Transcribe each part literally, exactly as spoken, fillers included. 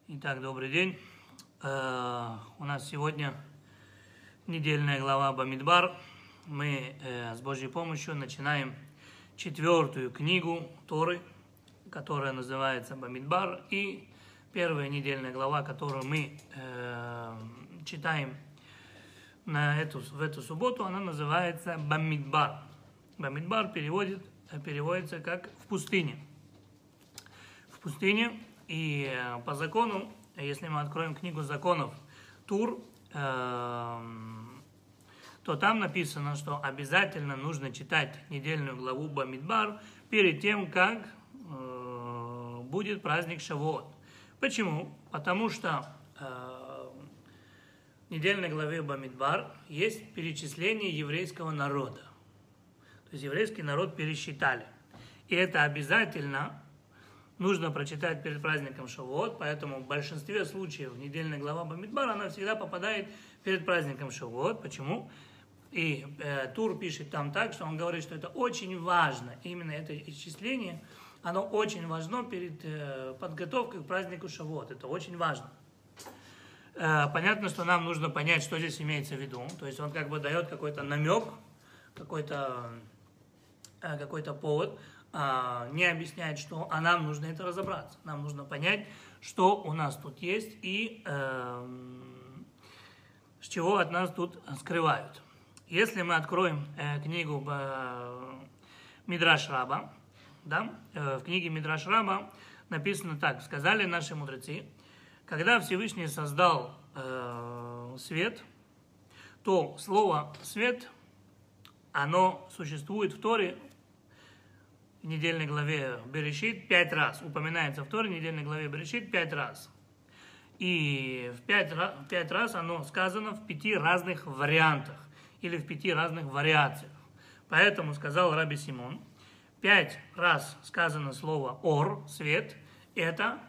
Итак, добрый день. Э, у нас сегодня недельная глава Бамидбар. Мы э, с Божьей помощью начинаем четвертую книгу Торы, которая называется Бамидбар. И первая недельная глава, которую мы э, читаем на эту, в эту субботу, она называется Бамидбар. Бамидбар переводит, переводится как «в пустыне». В пустыне. И по закону, если мы откроем книгу законов Тур, э, то там написано, что обязательно нужно читать недельную главу Бамидбар перед тем, как э, будет праздник Шавуот. Почему? Потому что э, в недельной главе Бамидбар есть перечисление еврейского народа. То есть еврейский народ пересчитали. И это обязательно нужно прочитать перед праздником Шавуот, поэтому в большинстве случаев недельная глава Бамидбар, она всегда попадает перед праздником Шавуот. Почему? И э, Тур пишет там так, что он говорит, что это очень важно, именно это исчисление, оно очень важно перед э, подготовкой к празднику Шавуот, это очень важно. Э, понятно, что нам нужно понять, что здесь имеется в виду, то есть он как бы дает какой-то намек, какой-то, э, какой-то повод, не объясняет, что, а нам нужно это разобраться. Нам нужно понять, что у нас тут есть и э, с чего от нас тут скрывают. Если мы откроем э, книгу э, Мидраш Раба, да, э, в книге Мидраш Раба написано так: сказали наши мудрецы, когда Всевышний создал э, свет, то слово «свет», оно существует в Торе, в недельной главе Берешит пять раз. Упоминается в Торе, в недельной главе Берешит пять раз. И в пять, пять раз оно сказано в пяти разных вариантах. Или в пяти разных вариациях. Поэтому сказал Раби Симон, пять раз сказано слово «ор», «свет». Это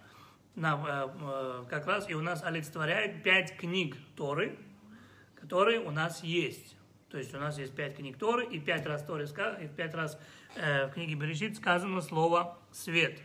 как раз и у нас олицетворяет пять книг Торы, которые у нас есть. То есть у нас есть пять книг Торы, и пять раз, Торы, и пять раз э, в книге Берешит сказано слово «свет».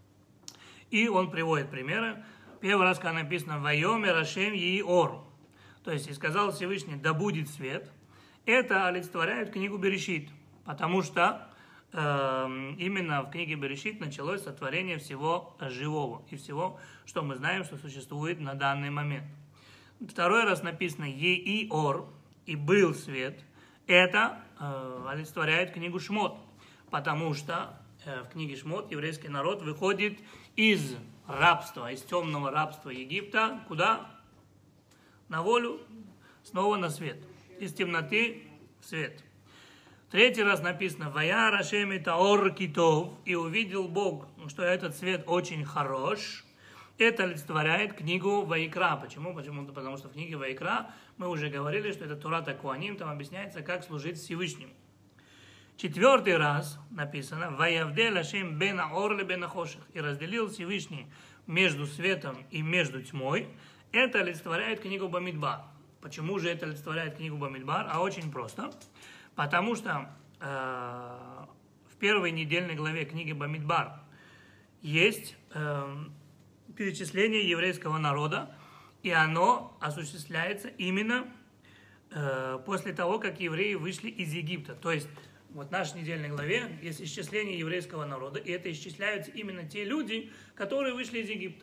И он приводит примеры. Первый раз, когда написано «Вайомер Ашем Йии Ор», то есть и сказал Всевышний «да будет свет», это олицетворяет книгу Берешит, потому что э, именно в книге Берешит началось сотворение всего живого и всего, что мы знаем, что существует на данный момент. Второй раз написано «Йии Ор», и был свет, это э, олицетворяет книгу Шмот, потому что э, в книге Шмот еврейский народ выходит из рабства, из темного рабства Египта, куда? На волю, снова на свет, из темноты в свет. Третий раз написано «Ваяр Ашем таор китов», и увидел Бог, что этот свет очень хорош. Это олицетворяет книгу Ваикра. Почему? Почему? Потому что в книге Ваикра мы уже говорили, что это Торат ха-Коаним, там объясняется, как служить Всевышнему. Четвертый раз написано «Ваявдель Ашем бен аор ле бен ахоших», и разделил Всевышний между светом и между тьмой. Это олицетворяет книгу Бамидбар. Почему же это олицетворяет книгу Бамидбар? А очень просто. Потому что э, в первой недельной главе книги Бамидбар есть э, перечисление еврейского народа, и оно осуществляется именно э, после того, как евреи вышли из Египта. То есть, вот в нашей недельной главе есть исчисление еврейского народа, и это исчисляются именно те люди, которые вышли из Египта.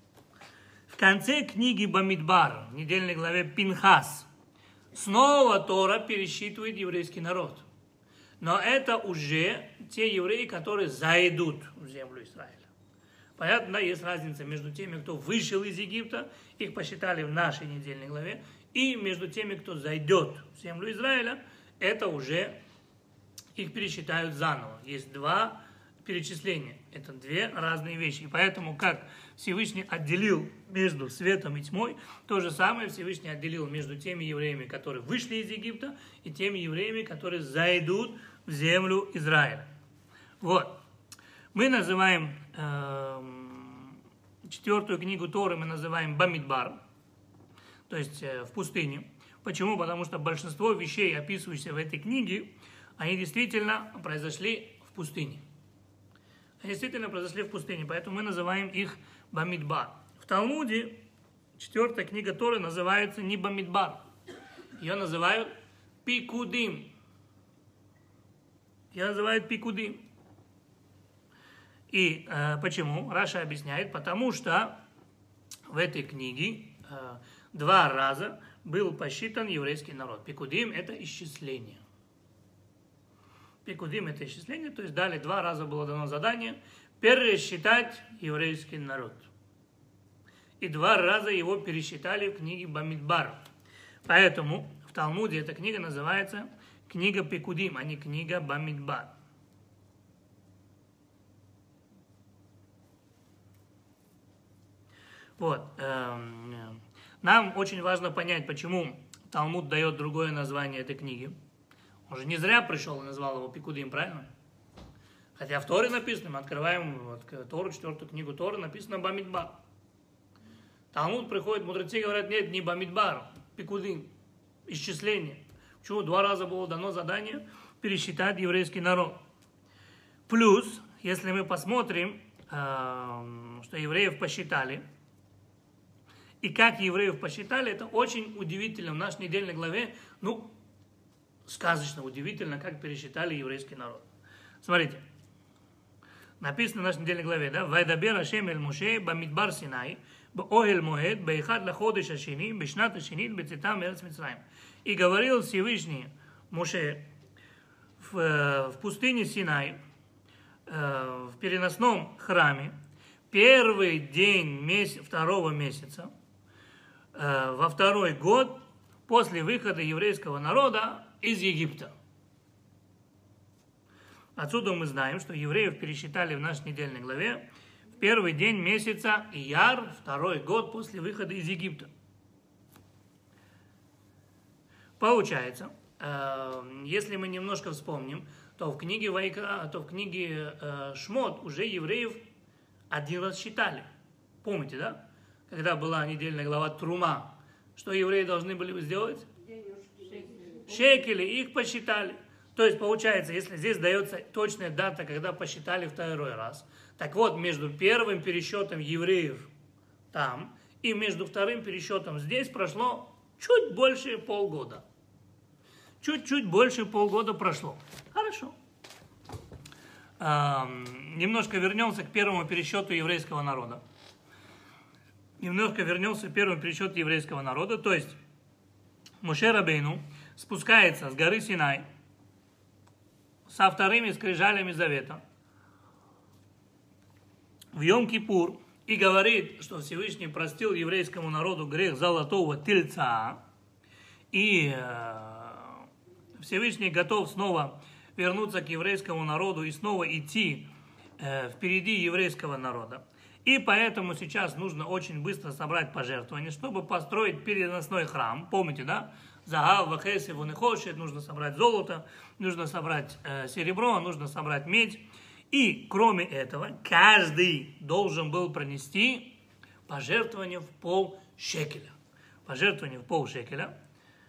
В конце книги Бамидбар, в недельной главе Пинхас, снова Тора пересчитывает еврейский народ. Но это уже те евреи, которые зайдут в землю Израиля. Понятно, да, есть разница между теми, кто вышел из Египта, их посчитали в нашей недельной главе, и между теми, кто зайдет в землю Израиля, это уже их пересчитают заново. Есть два перечисления, это две разные вещи. И поэтому, как Всевышний отделил между светом и тьмой, то же самое Всевышний отделил между теми евреями, которые вышли из Египта, и теми евреями, которые зайдут в землю Израиля. Вот. Мы называем э, четвертую книгу Торы, мы называем Бамидбар, то есть э, в пустыне. Почему? Потому что большинство вещей, описывающихся в этой книге, они действительно произошли в пустыне. Они действительно произошли в пустыне, поэтому мы называем их Бамидбар. Талмуде четвертая книга Торы называется не Бамидбар. Ее называют Пикудим. Ее называют Пикудим. И э, почему? Раша объясняет, потому что в этой книге э, два раза был посчитан еврейский народ. Пикудим – это исчисление. Пикудим – это исчисление, то есть дали два раза было дано задание пересчитать еврейский народ. И два раза его пересчитали в книге Бамидбар. Поэтому в Талмуде эта книга называется книга Пикудим, а не книга Бамидбар. Вот. Нам очень важно понять, почему Талмуд дает другое название этой книги. Он же не зря пришел и назвал его Пикудим, правильно? Хотя в Торе написано, мы открываем вот, Тору, четвертую книгу Торы, написано Бамидбар. Талмуд приходит, мудрецы говорят, нет, не Бамидбар, Пикудим, исчисление. Почему? Два раза было дано задание пересчитать еврейский народ. Плюс, если мы посмотрим, что евреев посчитали, и как евреев посчитали, это очень удивительно. В нашей недельной главе, ну, сказочно удивительно, как пересчитали еврейский народ. Смотрите, написано в нашей недельной главе, да, «Вайдабер Ашем эль Моше бамидбар Синай, б'оэль Моэд, б'эхад лаходеш ашини, б'шнат ашинит, б'цитам эрец Мицраим». И говорил Всевышний Моше в, в пустыне Синай, в переносном храме, первый день месяц, второго месяца, во второй год после выхода еврейского народа из Египта. Отсюда мы знаем, что евреев пересчитали в нашей недельной главе в первый день месяца Ияр, второй год после выхода из Египта. Получается, если мы немножко вспомним, то в книге Вайкра, то в книге Шмот уже евреев один раз считали. Помните, да? Когда была недельная глава Трума, что евреи должны были сделать? Шекели, их посчитали. То есть, получается, если здесь дается точная дата, когда посчитали второй раз, так вот, между первым пересчетом евреев там и между вторым пересчетом здесь прошло чуть больше полгода. Чуть-чуть больше полгода прошло. Хорошо. Эм, немножко вернемся к первому пересчету еврейского народа. Немножко вернемся к первому пересчету еврейского народа. То есть, Моше Рабейну спускается с горы Синай со вторыми скрижалями завета в Йом-Кипур и говорит, что Всевышний простил еврейскому народу грех золотого тельца, и Всевышний готов снова вернуться к еврейскому народу и снова идти впереди еврейского народа. И поэтому сейчас нужно очень быстро собрать пожертвования, чтобы построить переносной храм. Помните, да? Загав, вахеси, вунехошет, нужно собрать золото, нужно собрать э, серебро, нужно собрать медь. И кроме этого, каждый должен был принести пожертвование в пол шекеля. Пожертвование в пол шекеля.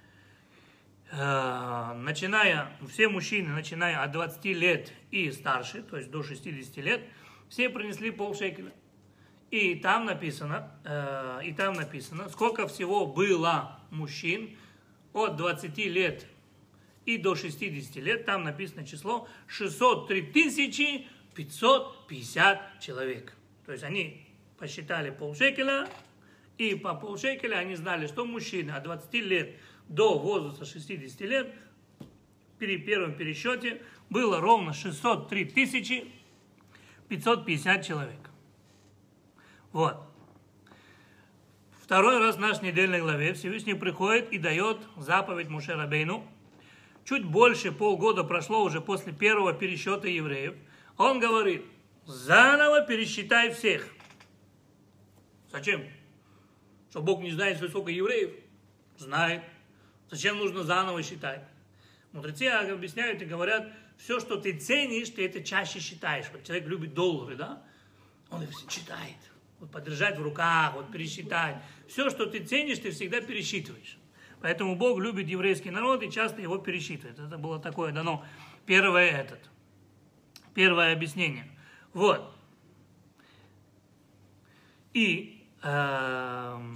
Э, начиная, все мужчины, начиная от двадцати лет и старше, то есть до шестидесяти лет, все принесли пол шекеля. И там написано, э, и там написано, сколько всего было мужчин от двадцати лет и до шестидесяти лет, там написано число шестьсот три тысячи пятьсот пятьдесят человек. То есть они посчитали полшекеля, и по полшекеля они знали, что мужчины от двадцати лет до возраста шестидесяти лет при первом пересчете было ровно шестьсот три тысячи пятьсот пятьдесят человек. Вот. Второй раз в нашей недельной главе Всевышний приходит и дает заповедь Моше Рабейну. Чуть больше полгода прошло уже после первого пересчета евреев. Он говорит, заново пересчитай всех. Зачем? Что Бог не знает, сколько евреев? Знает. Зачем нужно заново считать? Мудрецы объясняют и говорят, все, что ты ценишь, ты это чаще считаешь. Вот человек любит доллары, да? Он их считает. Вот подержать в руках, вот пересчитать. Все, что ты ценишь, ты всегда пересчитываешь. Поэтому Бог любит еврейский народ и часто его пересчитывает. Это было такое дано первое этот. Первое объяснение. Вот. И В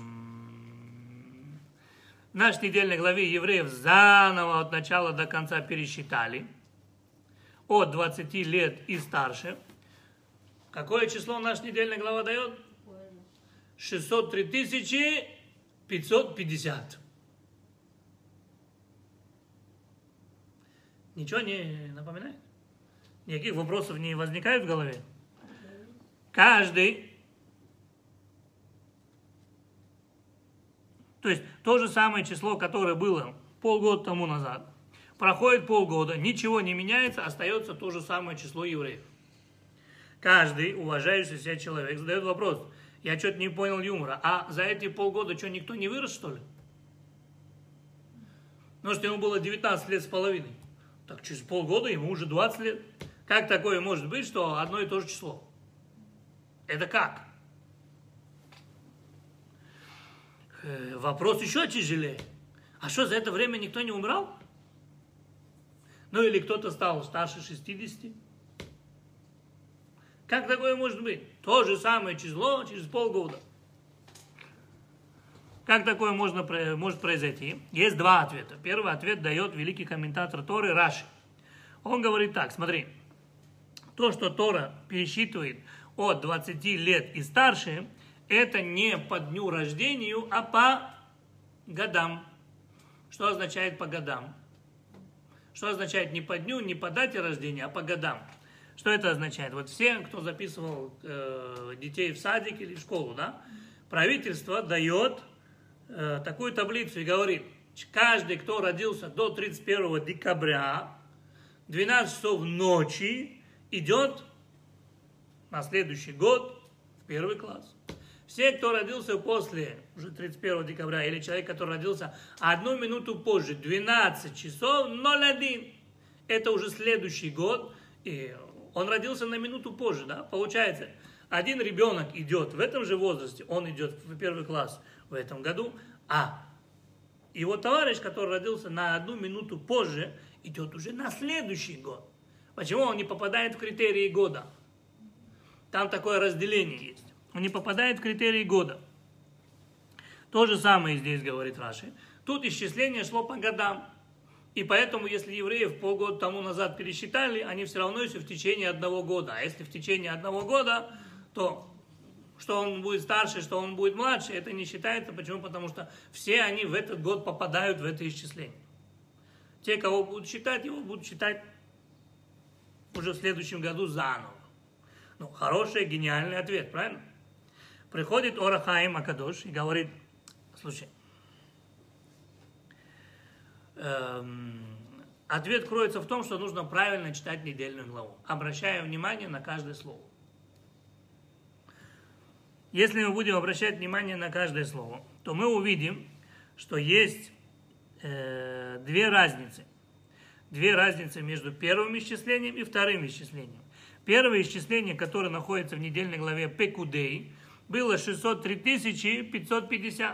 нашей недельной главе евреев заново от начала до конца пересчитали. От двадцати лет и старше. Какое число наша недельная глава дает? шестьсот три тысячи пятьсот пятьдесят. Ничего не напоминает? Никаких вопросов не возникает в голове? Каждый, то есть то же самое число, которое было полгода тому назад, проходит полгода, ничего не меняется, остается то же самое число евреев. Каждый уважающий себя человек задает вопрос: я что-то не понял юмора, а за эти полгода что, никто не вырос, что ли? Ну, что ему было девятнадцать лет с половиной. Так через полгода ему уже двадцать лет. Как такое может быть, что одно и то же число? Это как? Э, вопрос еще тяжелее. А что, за это время никто не умирал? Ну или кто-то стал старше шестидесяти? Как такое может быть? То же самое число через полгода. Как такое можно, может произойти? Есть два ответа. Первый ответ дает великий комментатор Торы Раши. Он говорит так: смотри, то, что Тора пересчитывает от двадцати лет и старше, это не по дню рождения, а по годам. Что означает по годам? Что означает не по дню, не по дате рождения, а по годам? Что это означает? Вот все, кто записывал э, детей в садик или в школу, да, правительство дает э, такую таблицу и говорит: каждый, кто родился до тридцать первого декабря, двенадцать часов ночи, идет на следующий год в первый класс. Все, кто родился после уже тридцать первого декабря, или человек, который родился одну минуту позже, двенадцать часов ноль один, это уже следующий год, и он родился на минуту позже, да? Получается, один ребенок идет в этом же возрасте, он идет в первый класс в этом году, а его товарищ, который родился на одну минуту позже, идет уже на следующий год. Почему он не попадает в критерии года? Там такое разделение есть. Он не попадает в критерии года. То же самое здесь говорит Раши. Тут исчисление шло по годам. И поэтому, если евреев полгода тому назад пересчитали, они все равно еще в течение одного года. А если в течение одного года, то что он будет старше, что он будет младше, это не считается. Почему? Потому что все они в этот год попадают в это исчисление. Те, кого будут считать, его будут считать уже в следующем году заново. Ну, хороший, гениальный ответ, правильно? Приходит Ор ха-Хаим а-Кадош и говорит: слушай, эм, ответ кроется в том, что нужно правильно читать недельную главу, обращая внимание на каждое слово. Если мы будем обращать внимание на каждое слово, то мы увидим, что есть э, две разницы. Две разницы между первым исчислением и вторым исчислением. Первое исчисление, которое находится в недельной главе Пекудей, было шестьсот три тысячи пятьсот пятьдесят.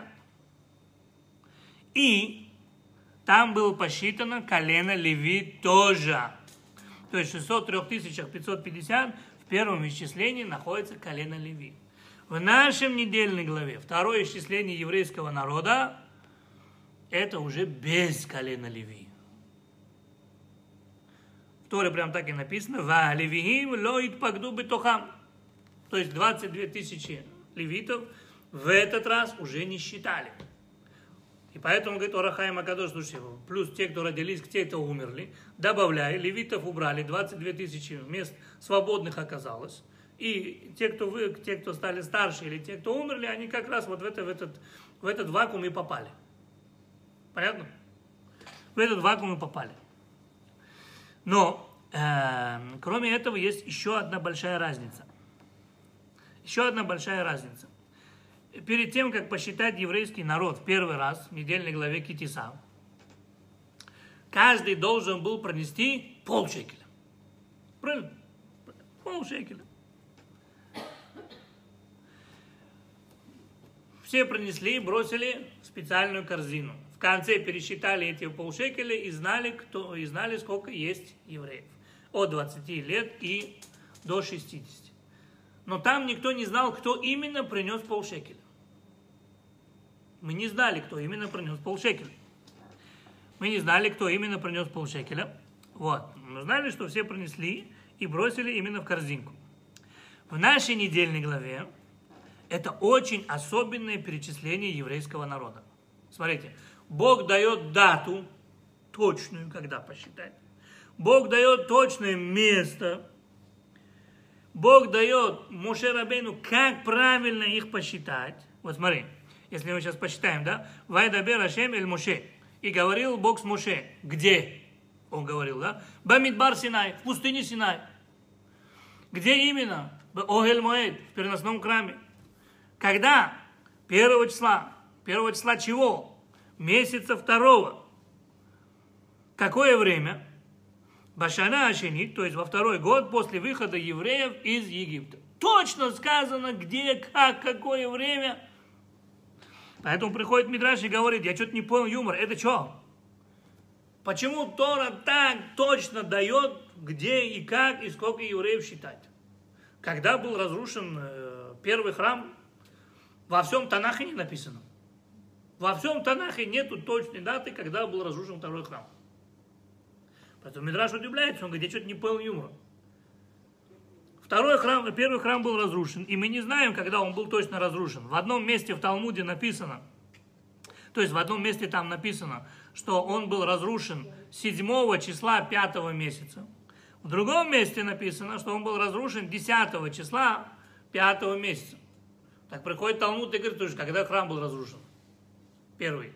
И там было посчитано колено Леви тоже. То есть в шестьсот три тысячи пятьсот пятьдесят в первом исчислении находится колено Леви. В нашем недельной главе второе исчисление еврейского народа это уже без колена Леви. В Торе прям так и написано: «Ва левиим ло итпагду бетохам». То есть двадцать две тысячи левитов в этот раз уже не считали. И поэтому, говорит Ор ха-Хаим а-Кадош, слушайте, плюс те, кто родились, те, кто умерли, добавляя, левитов убрали, двадцать две тысячи мест свободных оказалось. И те, кто вы, те, кто стали старше, или те, кто умерли, они как раз вот в, это, в, этот, в этот вакуум и попали. Понятно? В этот вакуум и попали. Но, э, кроме этого, есть еще одна большая разница. Еще одна большая разница. Перед тем, как посчитать еврейский народ в первый раз в недельной главе Ки-Тиса, каждый должен был пронести полшекеля. Правильно? Полшекеля. Все пронесли и бросили в специальную корзину. В конце пересчитали эти полшекеля и знали, кто, и знали, сколько есть евреев. От двадцати лет и до шестидесяти. Но там никто не знал, кто именно принес полшекеля. Мы не знали, кто именно принес полшекеля. Мы не знали, кто именно принес полшекеля. Вот. Мы знали, что все принесли и бросили именно в корзинку. В нашей недельной главе это очень особенное перечисление еврейского народа. Смотрите, Бог дает дату точную, когда посчитать. Бог дает точное место. Бог дает Моше Рабейну, как правильно их посчитать. Вот смотри, если мы сейчас посчитаем, да? Вайдабер Ашем эль Моше. И говорил Бог с Моше. Где? Он говорил, да? Бамидбар Синай, в пустыне Синай. Где именно? В Огель Моэд, в переносном храме. Когда? Первого числа. Первого числа чего? Месяца второго. Какое время? Башана Ашенит, то есть во второй год после выхода евреев из Египта. Точно сказано, где, как, какое время. Поэтому приходит Мидраш и говорит, я что-то не понял юмор. Это что? Почему Тора так точно дает, где и как, и сколько евреев считать? Когда был разрушен э, первый храм, во всем Танахе не написано. Во всем Танахе нету точной даты, когда был разрушен второй храм. Поэтому Мидраш удивляется, он говорит, я что-то не понял юмора. Второй храм, первый храм был разрушен, и мы не знаем, когда он был точно разрушен. В одном месте в Талмуде написано, то есть в одном месте там написано, что он был разрушен седьмого числа пятого месяца. В другом месте написано, что он был разрушен десятого числа пятого месяца. Так приходит Талмуд и говорит, когда храм был разрушен? Первый.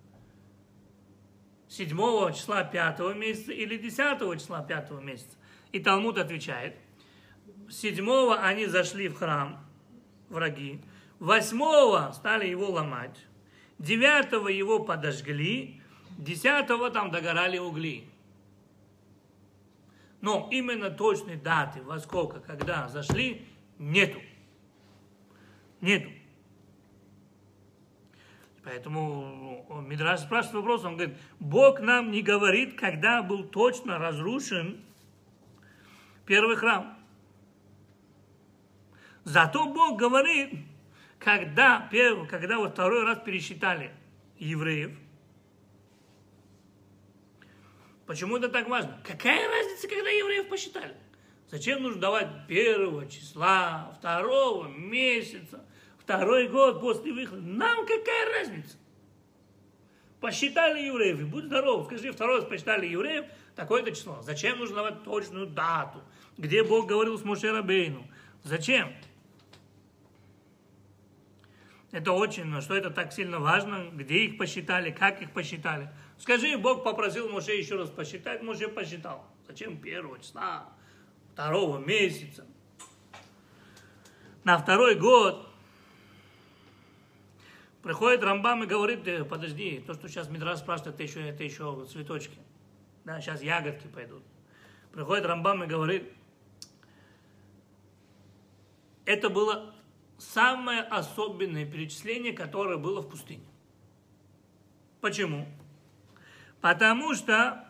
седьмого числа пятого месяца или десятого числа пятого месяца? И Талмуд отвечает, седьмого они зашли в храм, враги, восьмого стали его ломать, девятого его подожгли, десятого там догорали угли. Но именно точной даты, во сколько, когда зашли, нету. Нету. Поэтому Мидраш спрашивает вопрос, он говорит, Бог нам не говорит, когда был точно разрушен первый храм. Зато Бог говорит, когда, первый, когда вот второй раз пересчитали евреев. Почему это так важно? Какая разница, когда евреев посчитали? Зачем нужно давать первого числа, второго месяца, второй год после выхода? Нам какая разница? Посчитали евреев, и будь здоров. Скажи, второй раз посчитали евреев, такое-то число. Зачем нужно давать точную дату? Где Бог говорил с Моше Рабейну? Зачем? Это очень, что это так сильно важно, где их посчитали, как их посчитали. Скажи, Бог попросил Моше еще раз посчитать, Моше посчитал. Зачем первого числа, второго месяца? На второй год приходит Рамбам и говорит, подожди, то, что сейчас Мидраш спрашивает, это еще, это еще цветочки. Да, сейчас ягодки пойдут. Приходит Рамбам и говорит, это было самое особенное перечисление, которое было в пустыне. Почему? Потому что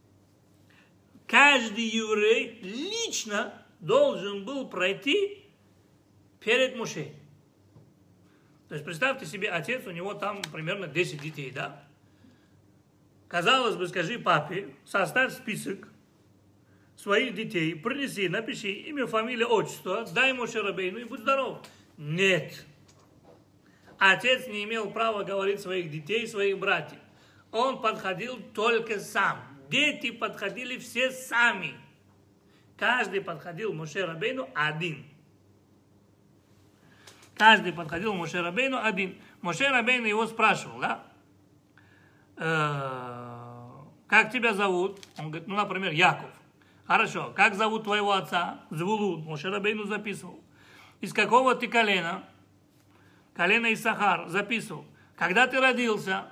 каждый еврей лично должен был пройти перед Моше. То есть представьте себе, отец, у него там примерно десять детей, да? Казалось бы, скажи папе, составь список своих детей, принеси, напиши имя, фамилия, отчество, дай Моше Рабейну и будь здоров. Нет. Отец не имел права говорить своих детей, своих братьев. Он подходил только сам. Дети подходили все сами. Каждый подходил Моше Рабейну один. Каждый подходил Моше Рабейну один. Моше Рабейну его спрашивал, да? Э-э- как тебя зовут? Он говорит, ну, например, Яков. Хорошо. Как зовут твоего отца? Звулун. Моше Рабейну записывал. Из какого ты колена? Колено Иссахар. Записывал. Когда ты родился?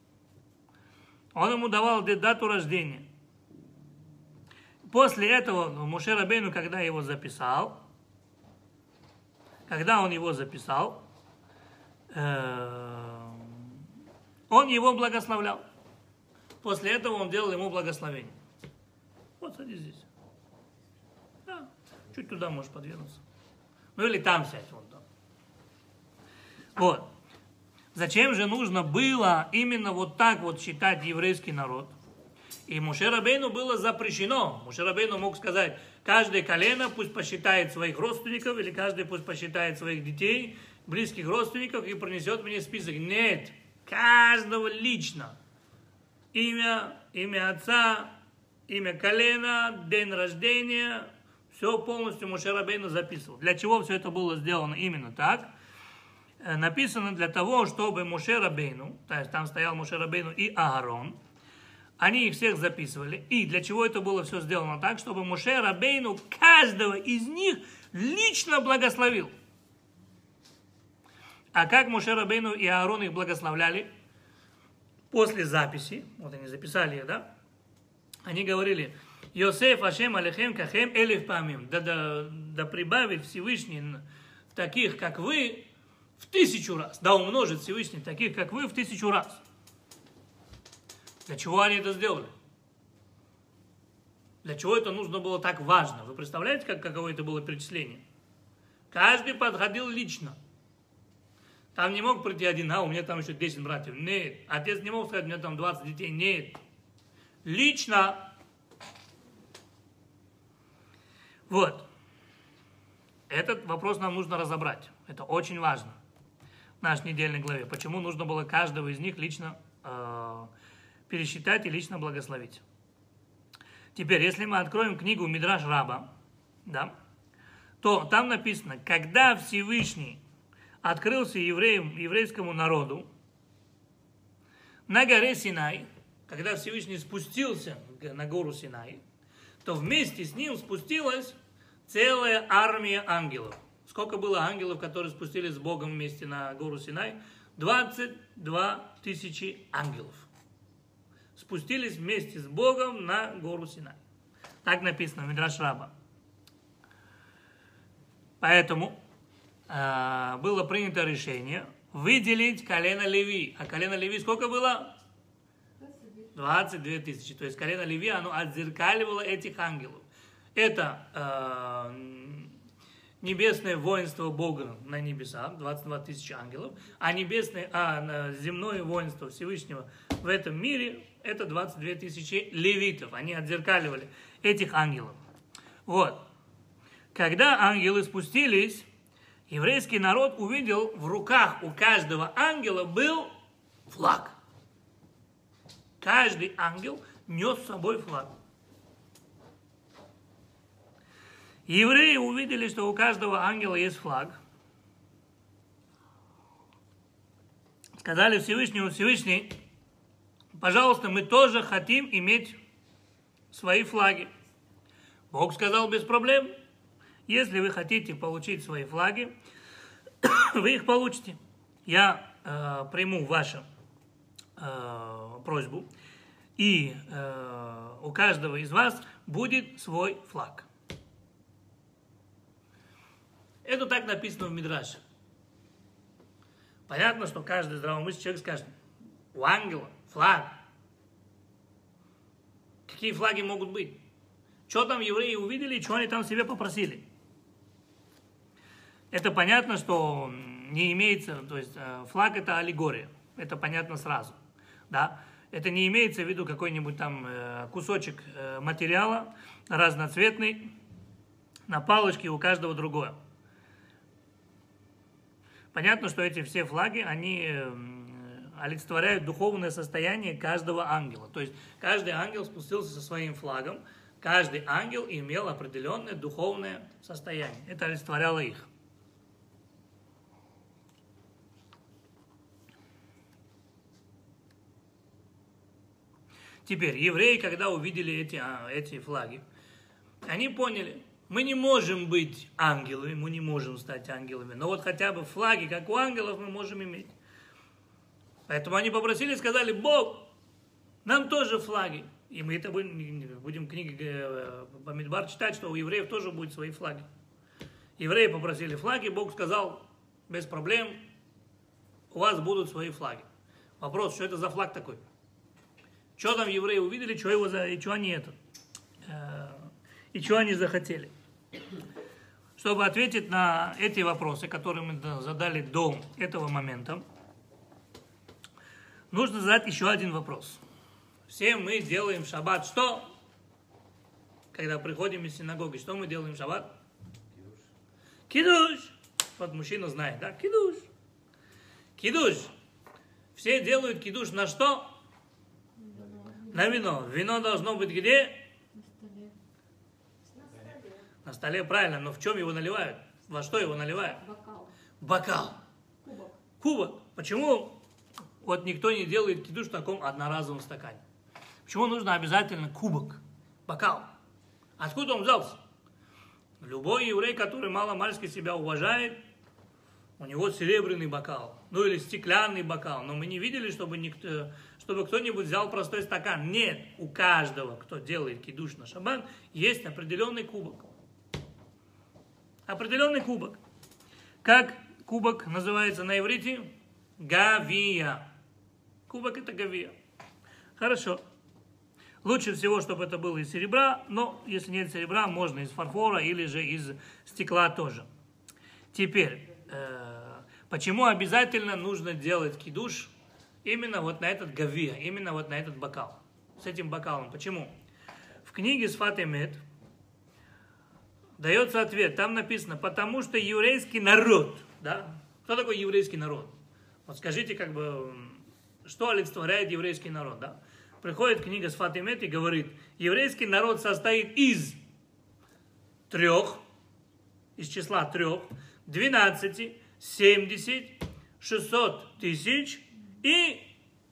Он ему давал дату рождения. После этого Моше Рабейну, когда его записал, когда он его записал, э, он его благословлял. После этого он делал ему благословение. Вот садись здесь. Да, чуть туда можешь подвинуться. Ну или там сядь, вон там. Вот. Зачем же нужно было именно вот так вот считать еврейский народ? И Моше Рабейну было запрещено. Моше Рабейну мог сказать, каждое колено пусть посчитает своих родственников, или каждый пусть посчитает своих детей, близких родственников, и принесет мне список. Нет, каждого лично. Имя, имя отца, имя колена, день рождения, все полностью Моше Рабейну записывал. Для чего все это было сделано именно так? Написано для того, чтобы Моше Рабейну, то есть там стоял Моше Рабейну и Аарон, они их всех записывали. И для чего это было все сделано так, чтобы Моше Рабейну каждого из них лично благословил. А как Моше Рабейну и Аарон их благословляли? После записи, вот они записали их, да? Они говорили, Йосеф Ашем Алехем Кахем Элиф Памим, да, да, да прибавит Всевышний таких, как вы, в тысячу раз. Да умножит Всевышний таких, как вы, в тысячу раз. Для чего они это сделали? Для чего это нужно было так важно? Вы представляете, как, каково это было перечисление? Каждый подходил лично. Там не мог прийти один, а у меня там еще десять братьев. Нет. Отец не мог сказать, у меня там двадцать детей. Нет. Лично. Вот. Этот вопрос нам нужно разобрать. Это очень важно. В нашей недельной главе. Почему нужно было каждого из них лично э, пересчитать и лично благословить. Теперь, если мы откроем книгу Мидраш Раба, да, то там написано, когда Всевышний открылся евреям, еврейскому народу на горе Синай, когда Всевышний спустился на гору Синай, то вместе с ним спустилась целая армия ангелов. Сколько было ангелов, которые спустились с Богом вместе на гору Синай? двадцать две тысячи ангелов. Спустились вместе с Богом на гору Синай. Так написано в Мидраш Раба. Поэтому э, было принято решение выделить колено Леви. А колено Леви сколько было? двадцать две тысячи. То есть колено Леви, оно отзеркаливало этих ангелов. Это э, небесное воинство Бога на небесах, двадцать две тысячи ангелов, а небесное, а земное воинство Всевышнего в этом мире, это двадцать две тысячи левитов. Они отзеркаливали этих ангелов. Вот. Когда ангелы спустились, еврейский народ увидел, в руках у каждого ангела был флаг. Каждый ангел нес с собой флаг. Евреи увидели, что у каждого ангела есть флаг. Сказали Всевышнему: Всевышний, пожалуйста, мы тоже хотим иметь свои флаги. Бог сказал: без проблем. Если вы хотите получить свои флаги, вы их получите. Я э, приму вашу э, просьбу, и э, у каждого из вас будет свой флаг. Это так написано в Мидраше. Понятно, что каждый здравомыслящий человек скажет: у ангела флаг. Какие флаги могут быть? Что там евреи увидели и что они там себе попросили? Это понятно, что не имеется, то есть флаг это аллегория. Это понятно сразу. Да? Это не имеется в виду какой-нибудь там кусочек материала разноцветный, на палочке у каждого другое. Понятно, что эти все флаги, они олицетворяют духовное состояние каждого ангела. То есть каждый ангел спустился со своим флагом, каждый ангел имел определенное духовное состояние. Это олицетворяло их. Теперь, евреи, когда увидели эти, эти флаги, они поняли: мы не можем быть ангелами, мы не можем стать ангелами, но вот хотя бы флаги, как у ангелов, мы можем иметь. Поэтому они попросили, сказали: Бог, нам тоже флаги. И мы это будем, будем в книге Бамидбар читать, что у евреев тоже будут свои флаги. Евреи попросили флаги, Бог сказал: без проблем, у вас будут свои флаги. Вопрос: что это за флаг такой? Что там евреи увидели, что его за, и что они это, э, и что они захотели. Чтобы ответить на эти вопросы, которые мы задали до этого момента, нужно задать еще один вопрос. Все мы делаем в шаббат что? Когда приходим из синагоги, что мы делаем в шаббат? Кидуш. Вот мужчина знает, да? Кидуш. Кидуш. Все делают кидуш на что? На вино. Вино должно быть где? На столе. На столе, правильно. Но в чем его наливают? Во что его наливают? Бокал. Бокал. Кубок. Кубок. Почему вот никто не делает кидуш в таком одноразовом стакане? Почему нужно обязательно кубок? Бокал. Откуда он взялся? Любой еврей, который мало-мальски себя уважает, у него серебряный бокал, ну или стеклянный бокал. Но мы не видели, чтобы, никто, чтобы кто-нибудь взял простой стакан. Нет, у каждого, кто делает кидуш на шаббат, есть определенный кубок. Определенный кубок. Как кубок называется на иврите? Гавия. Кубок это гавия. Хорошо. Лучше всего, чтобы это было из серебра, но если нет серебра, можно из фарфора или же из стекла тоже. Теперь, э, почему обязательно нужно делать кидуш именно вот на этот гавия, именно вот на этот бокал, с этим бокалом? Почему? В книге Сфат Эмет дается ответ, там написано, потому что еврейский народ, да? Кто такой еврейский народ? Вот скажите, как бы, что олицетворяет еврейский народ, да? Приходит книга Сфат Эмет и говорит, еврейский народ состоит из трех, из числа трех, двенадцати, семьдесят, шестьсот тысяч и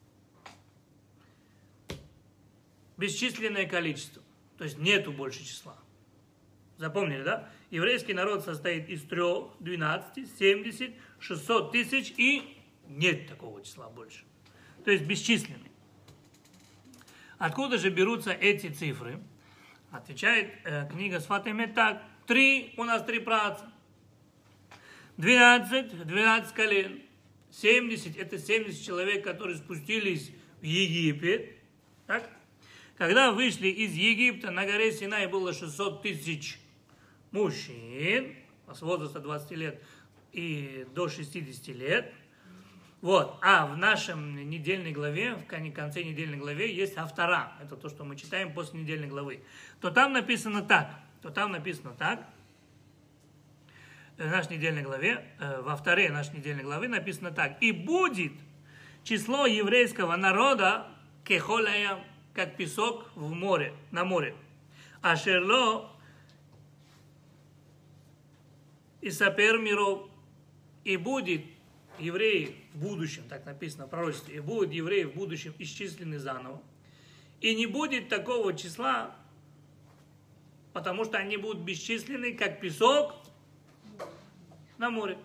бесчисленное количество. То есть нету больше числа. Запомнили, да? Еврейский народ состоит из трех, двенадцати, семьдесят, шестьсот тысяч и нет такого числа больше. То есть бесчисленный. Откуда же берутся эти цифры? Отвечает э, книга Сфат Эмет так. Три, у нас три праотца. Двенадцать, двенадцать колен. Семьдесят, это семьдесят человек, которые спустились в Египет. Так? Когда вышли из Египта, на горе Синай было шестьсот тысяч мужчин с возраста двадцати лет и до шестидесяти лет. Вот. А в нашем недельной главе, в конце недельной главе есть автора. Это то, что мы читаем после недельной главы. То там написано так. То там написано так. В нашей недельной главе, во второй нашей недельной главы написано так. И будет число еврейского народа кехолая, как песок в море, на море. А шерло и сапер миров. И будет евреи в будущем, так написано в пророчестве, и будут евреи в будущем исчислены заново. И не будет такого числа, потому что они будут бесчисленны, как песок на море.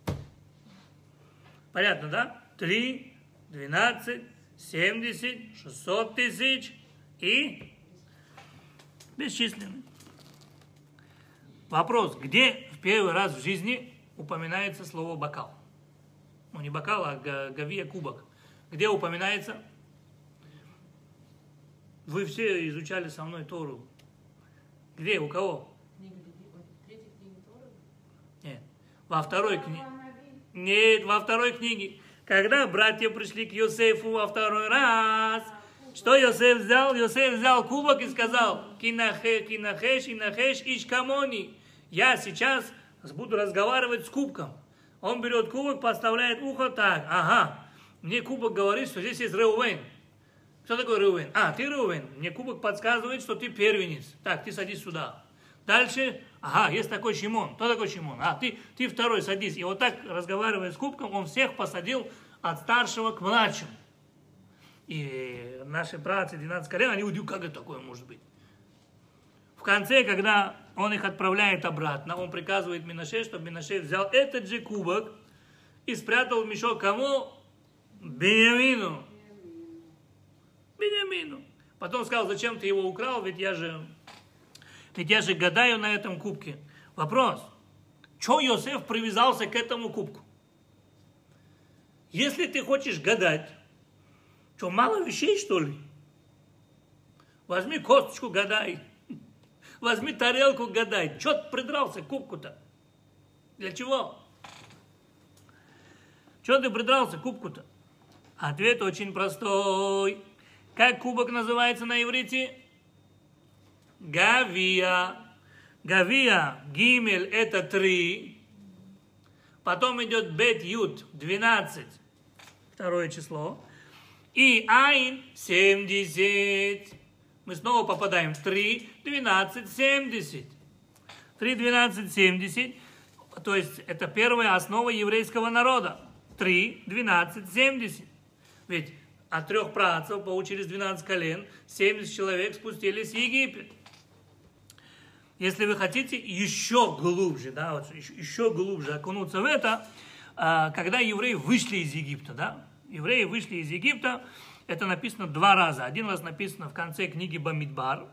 Понятно, да? Три, двенадцать, семьдесят, шестьсот тысяч и бесчисленны. Вопрос, где в первый раз в жизни упоминается слово бокал? Ну, не бокал, а гавия, кубок. Где упоминается? Вы все изучали со мной Тору. Где, у кого? Нет. Во второй книге. Нет, во второй книге. Когда братья пришли к Йосефу во второй раз, что Йосеф взял? Йосеф взял кубок и сказал, кинахеш, кинахеш, кинахеш, ишкамони. Я сейчас буду разговаривать с кубком. Он берет кубок, подставляет ухо так. Ага, мне кубок говорит, что здесь есть Реувен. Кто такой Реувен? А, ты Реувен. Мне кубок подсказывает, что ты первенец. Так, ты садись сюда. Дальше, ага, есть такой Шимон. Кто такой Шимон? А, ты, ты второй, садись. И вот так, разговаривая с кубком, он всех посадил от старшего к младшему. И наши братья, двенадцать колен, они удивились, как это такое может быть. В конце, когда он их отправляет обратно, он приказывает Менаше, чтобы Менаше взял этот же кубок и спрятал в мешок кому? Беньямину. Беньямину. Потом сказал, зачем ты его украл, ведь я же, ведь я же гадаю на этом кубке. Вопрос, что Йосеф привязался к этому кубку? Если ты хочешь гадать, что, мало вещей, что ли? Возьми косточку, гадай. Возьми тарелку, гадай. Чего ты придрался к кубку-то? Для чего? Чего ты придрался к кубку-то? Ответ очень простой. Как кубок называется на иврите? Гавия. Гавия, гимель это три. Потом идет бет ют, двенадцать. Второе число. И айн, семьдесят. Мы снова попадаем в три, двенадцать, семьдесят. три, двенадцать, семьдесят. То есть это первая основа еврейского народа. три, двенадцать, семьдесят. Ведь от трех працев получились двенадцать колен, семьдесят человек спустились в Египет. Если вы хотите еще глубже, да, вот еще, еще глубже окунуться в это, когда евреи вышли из Египта, да, евреи вышли из Египта, это написано два раза. Один раз написано в конце книги Бамидбар,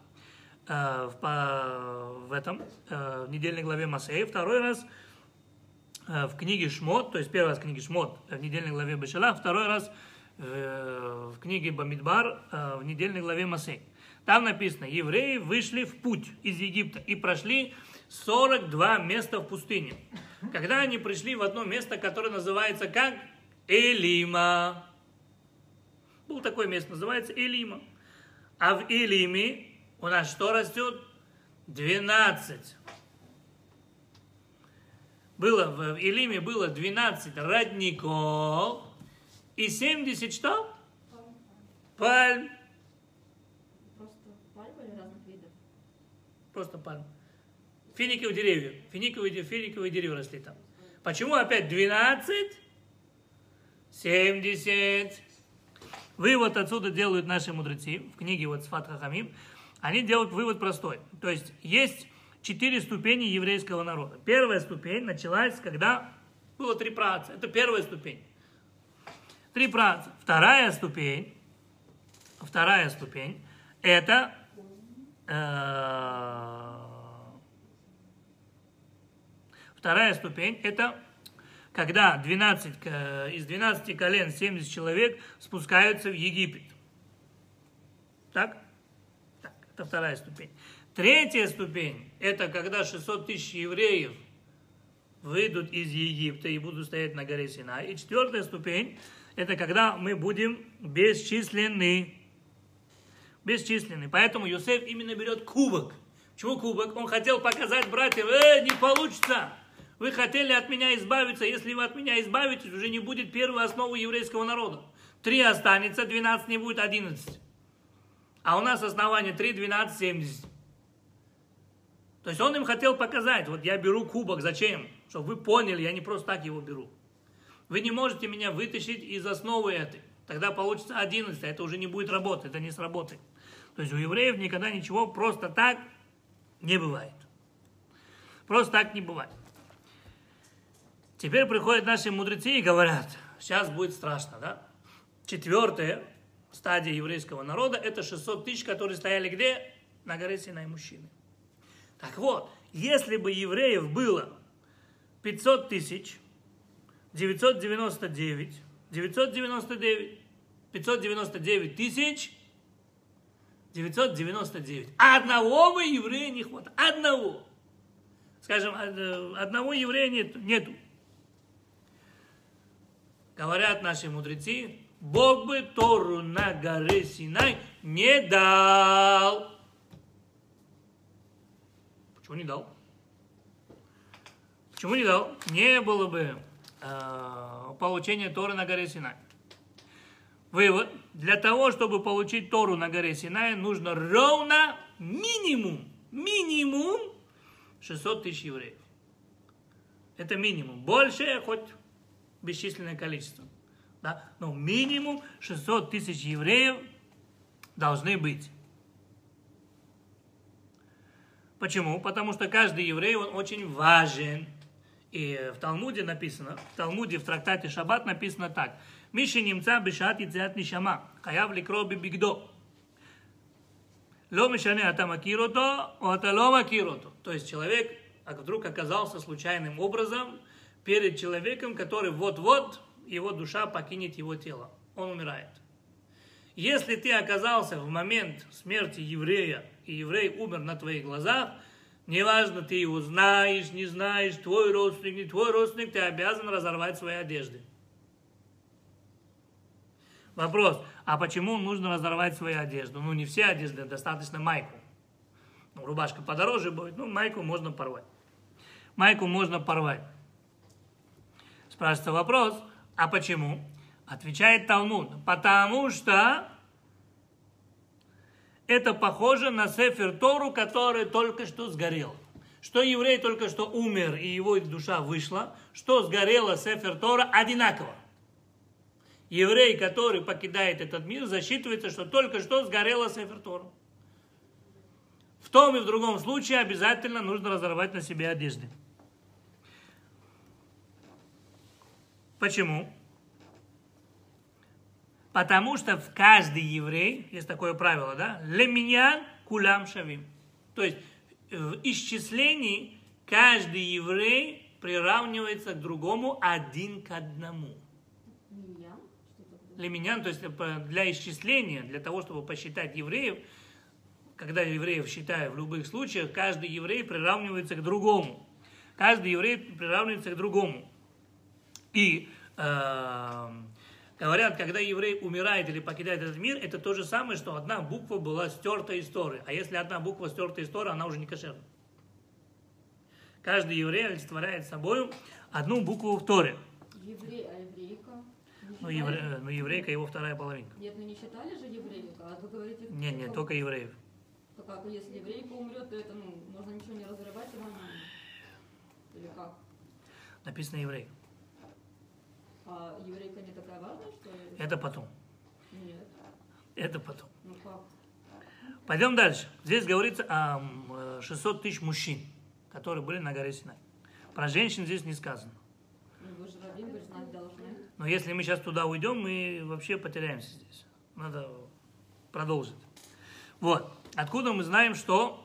в, в этом, в недельной главе Масея, второй раз в книге Шмот, то есть первый раз в книге Шмот, в недельной главе Бешалах, второй раз в книге Бамидбар, в недельной главе Масей. Там написано, евреи вышли в путь из Египта и прошли сорок два места в пустыне. Когда они пришли в одно место, которое называется как Элима. Было такое место, называется Элима. А в Элиме у нас что растет? двенадцать. Было в Элиме было двенадцать родников и семьдесят что? Пальм. Просто пальмы или разных видов? Просто пальм. Финиковые деревья. Финиковые, финиковые деревья росли там. Почему опять двенадцать? семьдесят. Вывод отсюда делают наши мудрецы в книге вот Сфат Хахамим. Они делают вывод простой. То есть есть четыре ступени еврейского народа. Первая ступень началась, когда было три праотца. Это первая ступень. Три праотца. Вторая ступень, вторая ступень, это э, вторая ступень, это когда двенадцать, из двенадцати колен семьдесят человек спускаются в Египет. Так? Так, это вторая ступень. Третья ступень, это когда шестьсот тысяч евреев выйдут из Египта и будут стоять на горе Синай. И четвертая ступень, это когда мы будем бесчисленны. Бесчисленны. Поэтому Йосеф именно берет кубок. Почему кубок? Он хотел показать братьям, э, не получится. Вы хотели от меня избавиться. Если вы от меня избавитесь, уже не будет первой основы еврейского народа. Три останется, двенадцать не будет, одиннадцать. А у нас основание три, двенадцать, семьдесят. То есть он им хотел показать, вот я беру кубок, зачем? Чтобы вы поняли, я не просто так его беру. Вы не можете меня вытащить из основы этой. Тогда получится одиннадцать, а это уже не будет работать, это не сработает. То есть у евреев никогда ничего просто так не бывает. Просто так не бывает. Теперь приходят наши мудрецы и говорят, сейчас будет страшно, да? Четвертая стадия еврейского народа, это шестьсот тысяч, которые стояли где? На горе Синай, мужчины. Так вот, если бы евреев было пятьсот тысяч, девятьсот девяносто девять, девятьсот девяносто девять, пятьсот девяносто девять тысяч, девятьсот девяносто девять. Одного бы еврея не хватает. Одного. Скажем, одного еврея нет, нету. Говорят наши мудрецы, Бог бы Тору на горе Синай не дал. Почему не дал? Почему не дал? Не было бы э, получения Торы на горе Синай. Вывод. Для того, чтобы получить Тору на горе Синай, нужно ровно минимум, минимум шестьсот тысяч евреев. Это минимум. Больше хоть бесчисленное количество. Да? Но минимум шестьсот тысяч евреев должны быть. Почему? Потому что каждый еврей, он очень важен. И в Талмуде написано, в Талмуде в трактате Шаббат написано так. Миши немца бешат ицеат нишама, хаяв ликро бибигдо. Ло мишане ата макир ото, ата ло макир ото. То есть человек вдруг оказался случайным образом перед человеком, который вот-вот его душа покинет его тело. Он умирает. Если ты оказался в момент смерти еврея, и еврей умер на твоих глазах, неважно, ты его знаешь, не знаешь, твой родственник, не твой родственник, ты обязан разорвать свои одежды. Вопрос, а почему нужно разорвать свою одежду? Ну, не все одежды, достаточно майку. Ну, рубашка подороже будет, ну, майку можно порвать. Майку можно порвать. Спрашивается вопрос, а почему? Отвечает Талмуд, потому что это похоже на Сефер Тору, который только что сгорел. Что еврей только что умер, и его душа вышла, что сгорела Сефер Тора, одинаково. Еврей, который покидает этот мир, засчитывается, что только что сгорела Сефер Тора. В том и в другом случае обязательно нужно разорвать на себе одежды. Почему? Потому что в каждый еврей, есть такое правило, да, леминьян кулам шавим. То есть в исчислении каждый еврей приравнивается к другому один к одному. Леминьян, то есть для исчисления, для того, чтобы посчитать евреев, когда евреев считают в любых случаях, каждый еврей приравнивается к другому. Каждый еврей приравнивается к другому. И э, говорят, когда еврей умирает или покидает этот мир, это то же самое, что одна буква была стерта из Торы. А если одна буква стерта из Торы, она уже не кошерна. Каждый еврей олицетворяет собой одну букву в Торе. Еврей, а еврейка? Ну, евре, ну, еврейка его вторая половинка. Нет, ну не считали же еврейка, а вы говорите... Нет, нет, только евреев. То как, если еврейка умрет, то это, ну, можно ничего не разрывать, и нормально. Или как? Написано еврей. А еврейка не такая важная, что ли? Это потом. Нет. Это потом. Ну как? Пойдем дальше. Здесь говорится о шестьсот тысяч мужчин, которые были на горе Синай. Про женщин здесь не сказано. Ну вы же раввин, вы же знать должны. Но если мы сейчас туда уйдем, мы вообще потеряемся здесь. Надо продолжить. Вот. Откуда мы знаем, что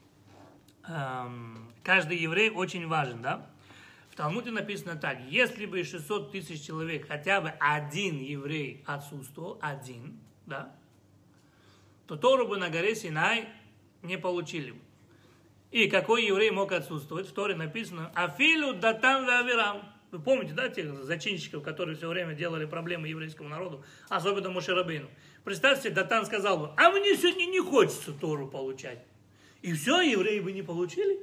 эм, каждый еврей очень важен, да? В Талмуде написано так, если бы шестьсот тысяч человек, хотя бы один еврей отсутствовал, один, да, то Тору бы на горе Синай не получили бы. И какой еврей мог отсутствовать? В Торе написано «Афилу датан веавирам». Вы помните, да, тех зачинщиков, которые все время делали проблемы еврейскому народу, особенно Моше Рабейну? Представьте, Датан сказал бы, а мне сегодня не хочется Тору получать. И все, евреи бы не получили.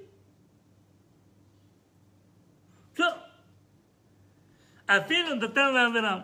Все. Афилу датан веавирам.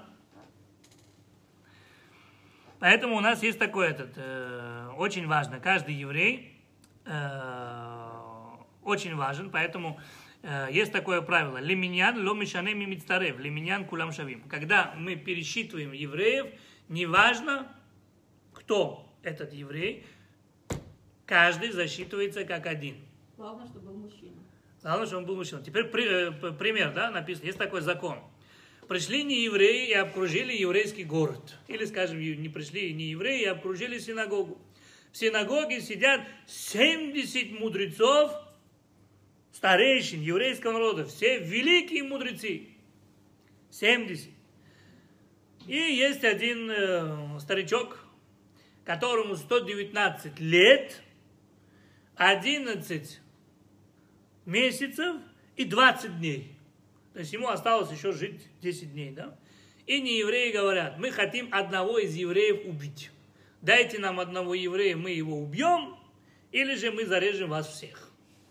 Поэтому у нас есть такой этот, э, очень важно, каждый еврей э, очень важен, поэтому э, есть такое правило, леминьян ло мишане ми мицтарев, леминьян кулам шавим. Когда мы пересчитываем евреев, неважно, кто этот еврей, каждый засчитывается как один. Главное, чтобы был мужчина. Главное, чтобы он был мужчина. Теперь при, э, пример, да, написано, есть такой закон. Пришли не евреи и обкружили еврейский город. Или, скажем, не пришли не евреи и обкружили синагогу. В синагоге сидят семьдесят мудрецов, старейшин еврейского народа. Все великие мудрецы. семьдесят. И есть один э, старичок, которому сто девятнадцать лет, одиннадцать месяцев и двадцать дней. То есть ему осталось еще жить десять дней, да? И неевреи говорят, мы хотим одного из евреев убить. Дайте нам одного еврея, мы его убьем, или же мы зарежем вас всех.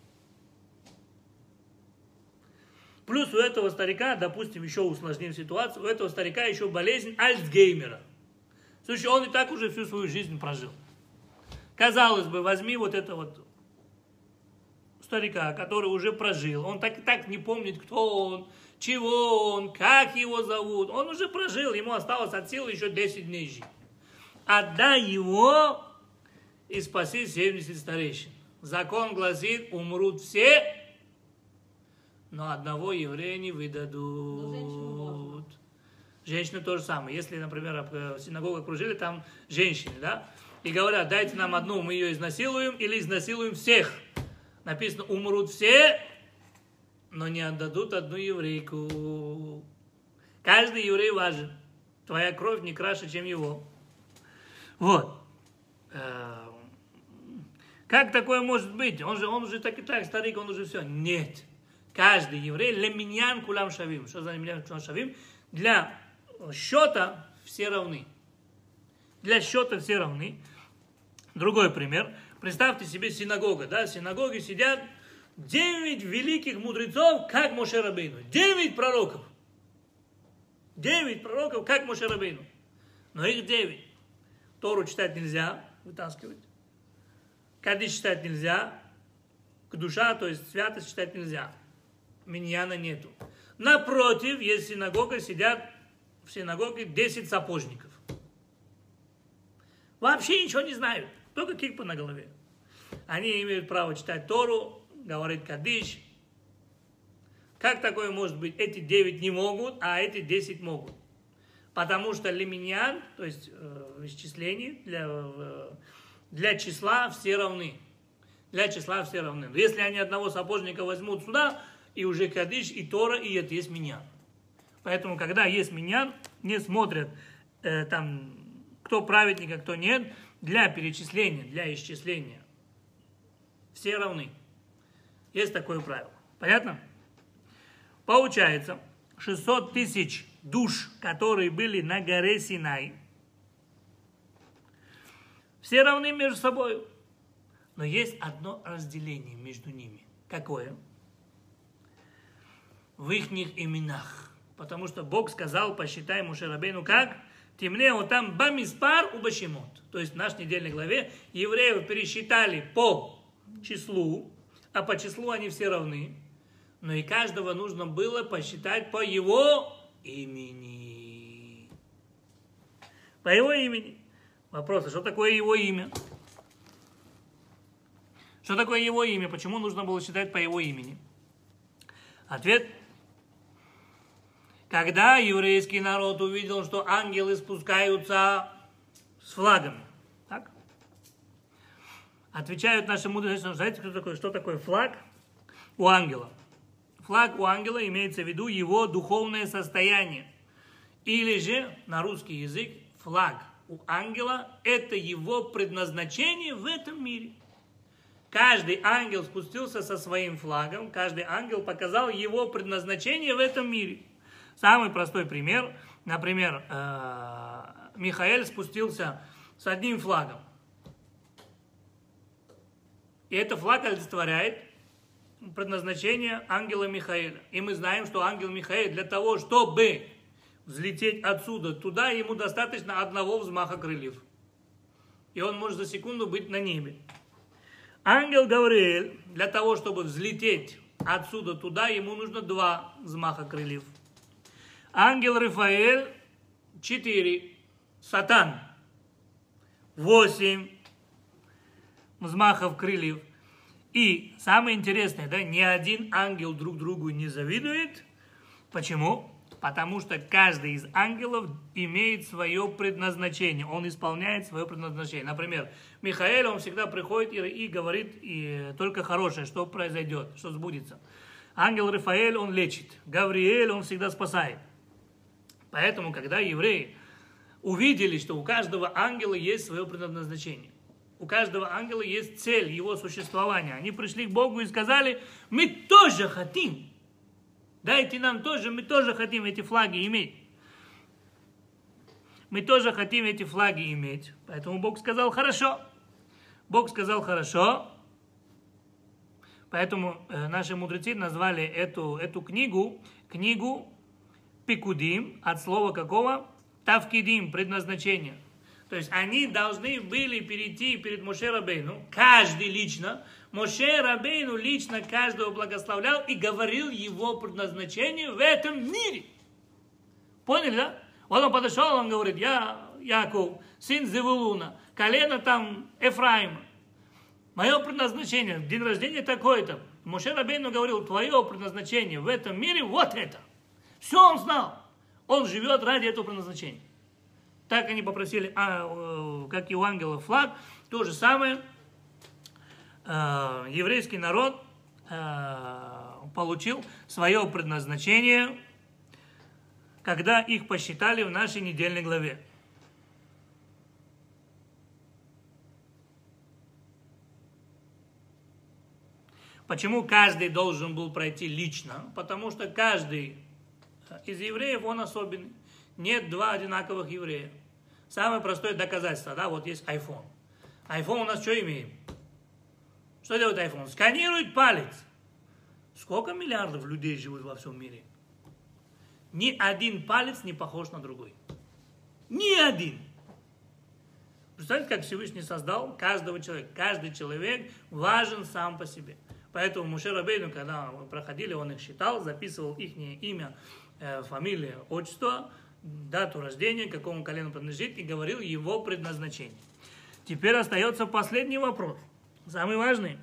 Плюс у этого старика, допустим, еще усложним ситуацию, у этого старика еще болезнь Альцгеймера. Слушай, он и так уже всю свою жизнь прожил. Казалось бы, возьми вот это вот старика, который уже прожил, он так и так не помнит, кто он, чего он, как его зовут, он уже прожил, ему осталось от силы еще десять дней жить. Отдай его и спаси семьдесят старейшин. Закон гласит, умрут все, но одного еврея не выдадут. Женщины то же самое. Если, например, синагогу окружили, там женщины, да, и говорят, дайте нам одну, мы ее изнасилуем, или изнасилуем всех. Написано, умрут все, но не отдадут одну еврейку. Каждый еврей важен. Твоя кровь не краше, чем его. Вот. Как такое может быть? Он же, он уже так и так, старик, он уже все. Нет. Каждый еврей, леминьян кулам шавим. Что за леминьян кулам шавим? Для счета все равны. для счета все равны. Другой пример. Представьте себе синагога, да, в синагоге сидят девять великих мудрецов, как Моше Рабейну. Девять пророков. Девять пророков, как Моше Рабейну. Но их девять. Тору читать нельзя, вытаскивать. Кадиш читать нельзя. Кдуша, то есть святость читать нельзя. Миньяна нету. Напротив, есть синагога, сидят в синагоге десять сапожников. Вообще ничего не знают, только кипа на голове. Они имеют право читать Тору, говорить кадиш. Как такое может быть? Эти девять не могут, а эти десять могут. Потому что лиминьян, то есть э, в исчислении, для, э, для числа все равны. Для числа все равны. Но если они одного сапожника возьмут сюда, и уже кадиш, и Тора, и это есть миньян. Поэтому, когда есть миньян, не смотрят э, там, кто праведник, а кто нет, для перечисления, для исчисления. Все равны. Есть такое правило. Понятно? Получается, шестьсот тысяч душ, которые были на горе Синай, все равны между собой. Но есть одно разделение между ними. Какое? В их именах. Потому что Бог сказал, посчитай Моше Рабейну как? Темнео там бамиспар убашимот. То есть в нашей недельной главе евреев пересчитали по числу, а по числу они все равны. Но и каждого нужно было посчитать по его имени. По его имени. Вопрос, а что такое его имя? Что такое его имя? Почему нужно было считать по его имени? Ответ. Когда еврейский народ увидел, что ангелы спускаются с флагами, так? Отвечают наши мудрецы, знаете, что такое, что такое флаг у ангела? Флаг у ангела имеется в виду его духовное состояние. Или же на русский язык флаг у ангела – это его предназначение в этом мире. Каждый ангел спустился со своим флагом, каждый ангел показал его предназначение в этом мире. Самый простой пример, например, Михаэль спустился с одним флагом. И этот флаг олицетворяет предназначение ангела Михаэля. И мы знаем, что ангел Михаэль для того, чтобы взлететь отсюда туда, ему достаточно одного взмаха крыльев. И он может за секунду быть на небе. Ангел Гавриэль, для того, чтобы взлететь отсюда туда, ему нужно два взмаха крыльев. Ангел Рафаэль, четыре. Сатан, восемь взмахов крыльев. И самое интересное, да, ни один ангел друг другу не завидует. Почему? Потому что каждый из ангелов имеет свое предназначение. Он исполняет свое предназначение. Например, Михаэль, он всегда приходит и, и говорит и только хорошее, что произойдет, что сбудется. Ангел Рафаэль, он лечит. Гавриэль, он всегда спасает. Поэтому, когда евреи увидели, что у каждого ангела есть свое предназначение, у каждого ангела есть цель его существования, они пришли к Богу и сказали, мы тоже хотим. Дайте нам тоже, мы тоже хотим эти флаги иметь. Мы тоже хотим эти флаги иметь. Поэтому Бог сказал, хорошо. Бог сказал, хорошо. Поэтому э, наши мудрецы назвали эту, эту книгу, книгу Пикудим, от слова какого? Тавкидим, предназначение. То есть они должны были перейти перед Моше Рабейну, каждый лично. Моше Рабейну лично каждого благословлял и говорил его предназначение в этом мире. Поняли, да? Вот он подошел, он говорит, я Яков, сын Зевулуна, колено там Эфраима. Мое предназначение, день рождения такой-то. Моше Рабейну говорил, твое предназначение в этом мире вот это. Все он знал. Он живет ради этого предназначения. Так они попросили, а, как и у ангелов флаг, то же самое. Э, еврейский народ э, получил свое предназначение, когда их посчитали в нашей недельной главе. Почему каждый должен был пройти лично? Потому что каждый из евреев, он особенный. Нет два одинаковых еврея. Самое простое доказательство, да, вот есть iPhone. iPhone у нас что имеем? Что делает iPhone? Сканирует палец. Сколько миллиардов людей живут во всем мире? Ни один палец не похож на другой. Ни один. Представляете, как Всевышний создал каждого человека? Каждый человек важен сам по себе. Поэтому Моше Рабейну, когда проходили, он их считал, записывал их имя, фамилия, отчество, дату рождения, к какому колену принадлежит, и говорил его предназначение. Теперь остается последний вопрос, самый важный.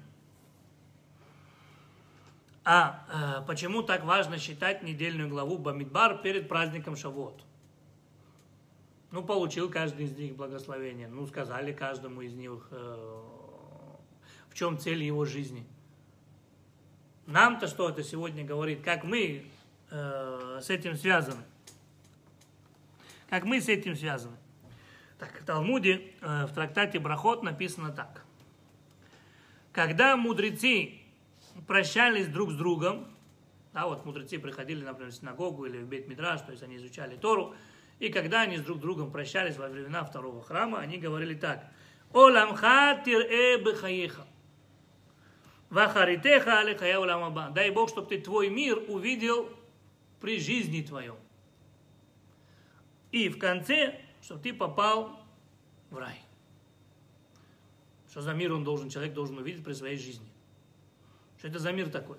А э, почему так важно считать недельную главу Бамидбар перед праздником Шавуот? Ну, получил каждый из них благословение, ну, сказали каждому из них, э, в чем цель его жизни. Нам-то что это сегодня говорит, как мы э, с этим связаны? Как мы с этим связаны? Так, в Талмуде, э, в трактате Брахот написано так. Когда мудрецы прощались друг с другом, да, вот мудрецы приходили, например, в синагогу или в Бейт-Мидраш, то есть они изучали Тору, и когда они с друг другом прощались во времена второго храма, они говорили так. «Оламха тирэ бэхаеха, вахаритеха алехая уламаба». Дай Бог, чтобы ты твой мир увидел при жизни твоем. И в конце, чтобы ты попал в рай. Что за мир он должен, человек должен увидеть при своей жизни? Что это за мир такой?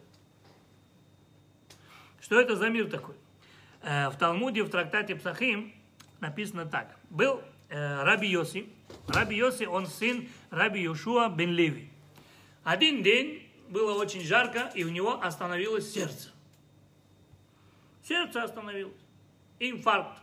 Что это за мир такой? В Талмуде, в трактате Псахим написано так. Был э, Раби Йоси. Раби Йоси, он сын Раби Йошуа бен Леви. Один день было очень жарко, и у него остановилось сердце. Сердце остановилось. Инфаркт.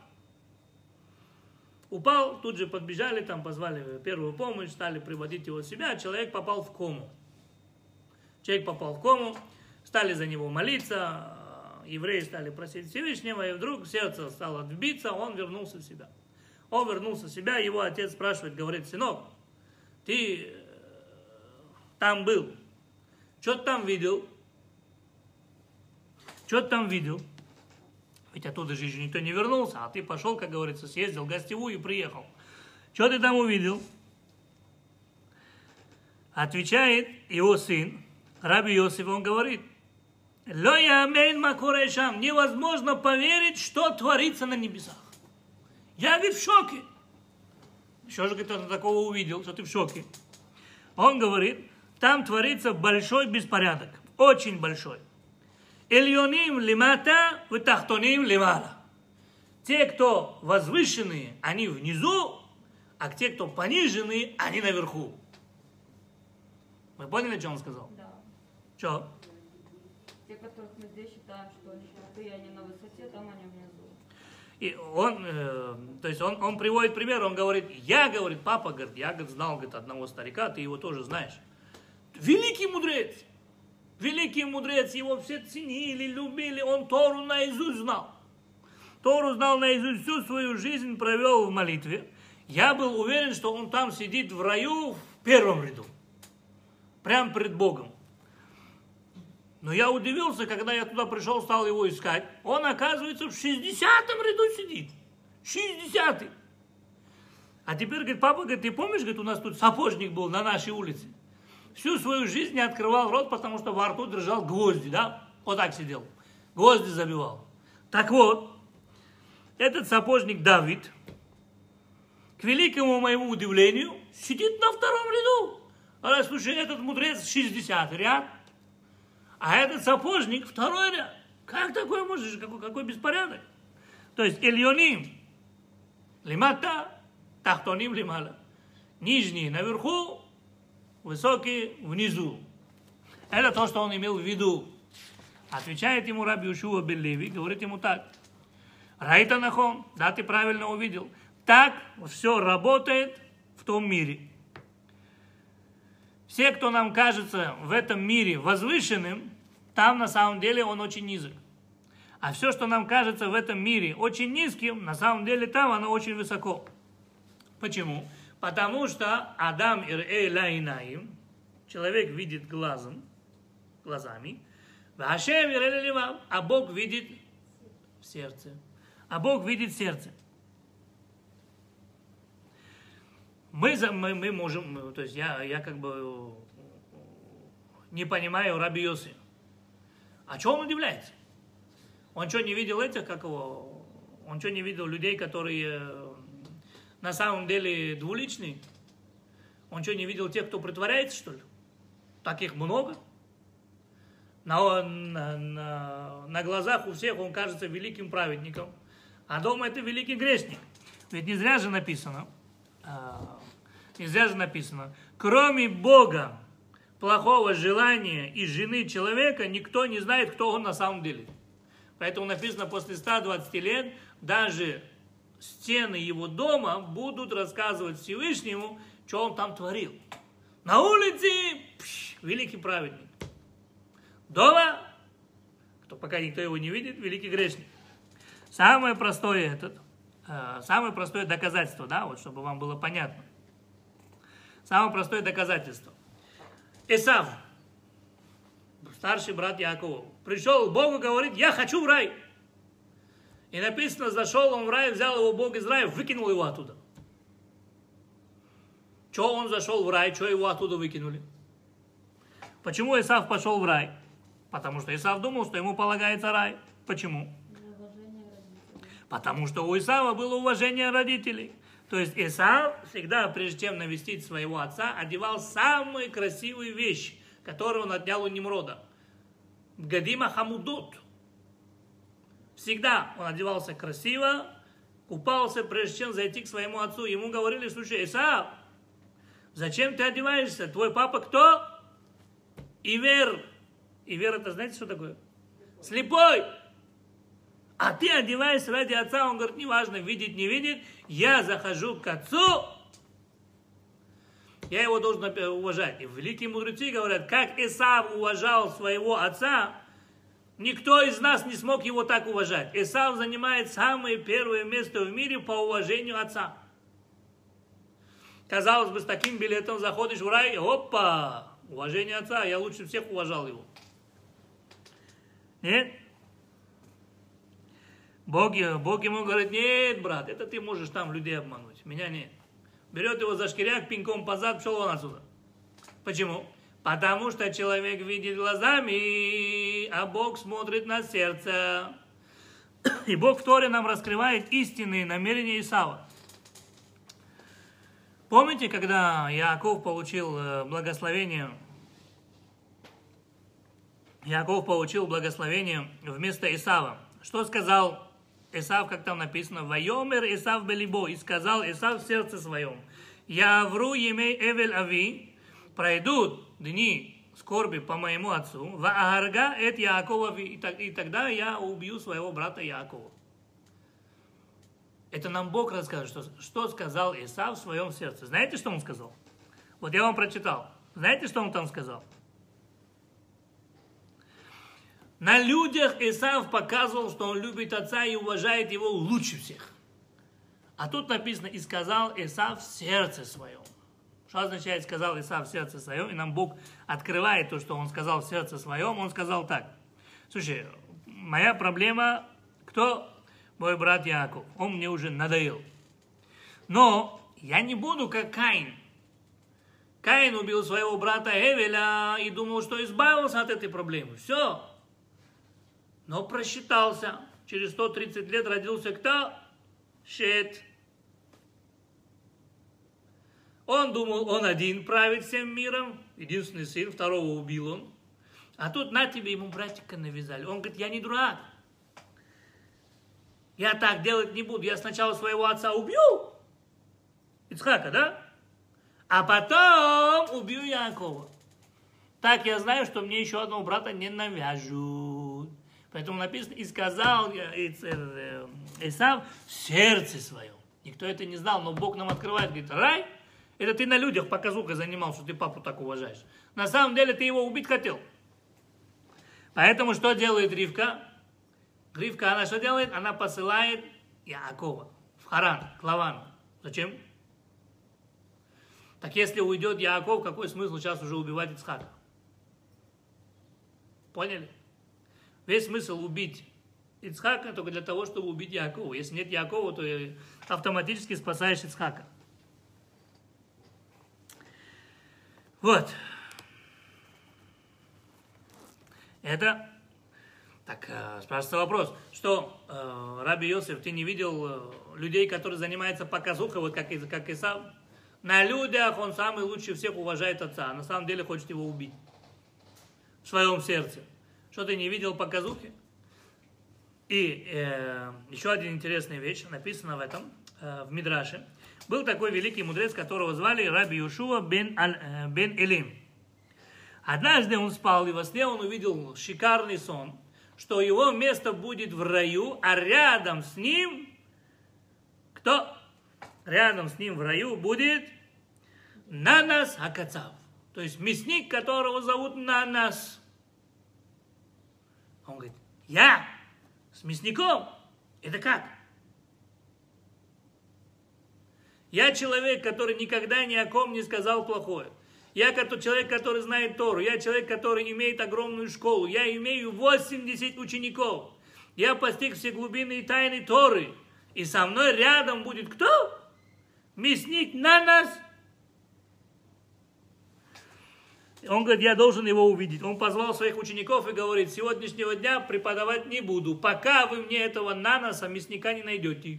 Упал, тут же подбежали, там позвали первую помощь, стали приводить его в себя, человек попал в кому. Человек попал в кому, стали за него молиться, евреи стали просить Всевышнего, и вдруг сердце стало биться, он вернулся в себя. Он вернулся в себя, его отец спрашивает, говорит, сынок, ты там был, что ты там видел? Что ты там видел? Ведь оттуда же еще никто не вернулся, а ты пошел, как говорится, съездил в гостевую и приехал. Что ты там увидел? Отвечает его сын, Раби Йосиф, он говорит, «Ло ямейн ма коре шам». Невозможно поверить, что творится на небесах. Я, говорит, в шоке. Что же, говорит, он такого увидел, что ты в шоке? Он говорит, там творится большой беспорядок, очень большой. Эльоним лимата, витахтоним лимала. Те, кто возвышенные, они внизу, а те, кто пониженные, они наверху. Вы поняли, что он сказал? Да. Что? Те, которых мы здесь считаем, что они крутые, они на высоте, там они внизу. И он, э, то есть он, он приводит пример, он говорит, я, говорит, папа, говорит, я, говорит, знал, говорит, одного старика, ты его тоже знаешь. Великий мудрец. Великий мудрец, его все ценили, любили, он Тору наизусть знал. Тору знал наизусть, всю свою жизнь провел в молитве. Я был уверен, что он там сидит в раю в первом ряду. Прямо перед Богом. Но я удивился, когда я туда пришел, стал его искать. Он, оказывается, в шестидесятом ряду сидит. шестидесятый. А теперь, говорит, папа, говорит, ты помнишь, говорит, у нас тут сапожник был на нашей улице. Всю свою жизнь не открывал рот, потому что во рту держал гвозди, да? Вот так сидел. Гвозди забивал. Так вот, этот сапожник Давид, к великому моему удивлению, сидит на втором ряду. А слушай, этот мудрец шестидесятый ряд, а этот сапожник второй ряд. Как такое можешь? Какой, какой беспорядок? То есть эльоним лимата, тахтоним лимала. Нижние наверху, высокие внизу. Это то, что он имел в виду. Отвечает ему Раби Йошуа бен Леви, говорит ему так. Раита нахон, да, ты правильно увидел. Так все работает в том мире. Все, кто нам кажется в этом мире возвышенным, там на самом деле он очень низок. А все, что нам кажется в этом мире очень низким, на самом деле там оно очень высоко. Почему? Потому что Адам ир-эй ла-инаим, человек видит глазом, глазами, Ашем ир-эй ла-ливав, а Бог видит в сердце. А Бог видит сердце. Мы, мы, мы можем, то есть я, я как бы не понимаю Раби Йоси. А чего он удивляется? Он что, не видел этих, как его, он что, не видел людей, которые на самом деле двуличные? Он что, не видел тех, кто притворяется, что ли? Таких много. На, на, на, на глазах у всех он кажется великим праведником, а дома это великий грешник. Ведь не зря же написано, не зря же написано, кроме Бога, плохого желания и жены человека, никто не знает, кто он на самом деле. Поэтому написано, после ста двадцати лет даже стены его дома будут рассказывать Всевышнему, что он там творил. На улице пш, великий праведник. Дома, кто, пока никто его не видит, великий грешник. Самое простое, этот, э, самое простое доказательство, да, вот чтобы вам было понятно. Самое простое доказательство. Эсав, старший брат Якова, пришел к Богу, говорит, я хочу в рай. И написано, зашел он в рай, взял его Бог из рая, выкинул его оттуда. Что он зашел в рай, что его оттуда выкинули? Почему Исав пошел в рай? Потому что Исав думал, что ему полагается рай. Почему? Потому что у Исава было уважение родителей. То есть Исав всегда, прежде чем навестить своего отца, одевал самые красивые вещи, которые он отнял у Немрода. Гадима хамудот. Всегда он одевался красиво, купался, прежде чем зайти к своему отцу. Ему говорили, слушай, Исав, зачем ты одеваешься? Твой папа кто? Ивер. Ивер это знаете, что такое? Слепой. А ты одеваешься ради отца. Он говорит, неважно, видит, не видит. Я захожу к отцу. Я его должен уважать. И великие мудрецы говорят, как Исав уважал своего отца, никто из нас не смог его так уважать. Исав занимает самое первое место в мире по уважению отца. Казалось бы, с таким билетом заходишь в рай, опа, уважение отца, я лучше всех уважал его. Нет? Бог, Бог ему говорит, нет, брат, это ты можешь там людей обмануть, меня нет. Берет его за шкиряк, пинком по зад, пошел он отсюда. Почему? Потому что человек видит глазами, а Бог смотрит на сердце. И Бог в Торе нам раскрывает истинные намерения Исава. Помните, когда Яаков получил благословение, Яаков получил благословение вместо Исава? Что сказал Исав, как там написано, «Вайомер Исав белибо», и сказал Исав в сердце своем, «Я вру емей эвель ави, пройдут дни скорби по моему отцу, ваагарга эт Яакова, и тогда я убью своего брата Яакова». Это нам Бог рассказывает, что, что сказал Исав в своем сердце. Знаете, что он сказал? Вот я вам прочитал. Знаете, что он там сказал? На людях Исав показывал, что он любит отца и уважает его лучше всех. А тут написано, и сказал Исав в сердце своем. Что означает сказал Исав в сердце своем? И нам Бог открывает то, что он сказал в сердце своем. Он сказал так. Слушай, моя проблема, кто? Мой брат Яаков. Он мне уже надоел. Но я не буду как Каин. Каин убил своего брата Эвеля и думал, что избавился от этой проблемы. Все. Но просчитался. Через сто тридцать лет родился кто? Шет. Он думал, он один правит всем миром. Единственный сын, второго убил он. А тут на тебе ему братика навязали. Он говорит, я не дурак. Я так делать не буду. Я сначала своего отца убью. Ицхака, да? А потом убью Яакова. Так я знаю, что мне еще одного брата не навяжут. Поэтому написано, и сказал Исав в сердце своем. Никто это не знал, но Бог нам открывает, говорит, рай, это ты на людях показухой занимал, что ты папу так уважаешь. На самом деле ты его убить хотел. Поэтому что делает Ривка? Ривка, она что делает? Она посылает Яакова в Харан, к Лавану. Зачем? Так если уйдет Яаков, какой смысл сейчас уже убивать Ицхака? Поняли? Весь смысл убить Ицхака только для того, чтобы убить Яакова. Если нет Яакова, то автоматически спасаешь Ицхака. Вот. Это, так, спрашивается вопрос, что, э, Раби Йосеф, ты не видел э, людей, которые занимаются показухой, вот как, как Исав? На людях он самый лучший всех уважает отца, а на самом деле хочет его убить в своем сердце. Что ты не видел показухи? И э, еще один интересная вещь, написана в этом, э, в Мидраше. Был такой великий мудрец, которого звали Раби Йошуа бен, э, бен Элим. Однажды он спал, и во сне он увидел шикарный сон, что его место будет в раю, а рядом с ним, кто? Рядом с ним в раю будет Нанас Акацав, то есть мясник, которого зовут Нанас. Он говорит, я с мясником? Это как? Я человек, который никогда ни о ком не сказал плохое. Я человек, который знает Тору. Я человек, который имеет огромную школу. Я имею восемьдесят учеников. Я постиг все глубины и тайны Торы. И со мной рядом будет кто? Мясник Нанас. Он говорит, я должен его увидеть. Он позвал своих учеников и говорит, с сегодняшнего дня преподавать не буду, пока вы мне этого Нанаса, мясника, не найдете.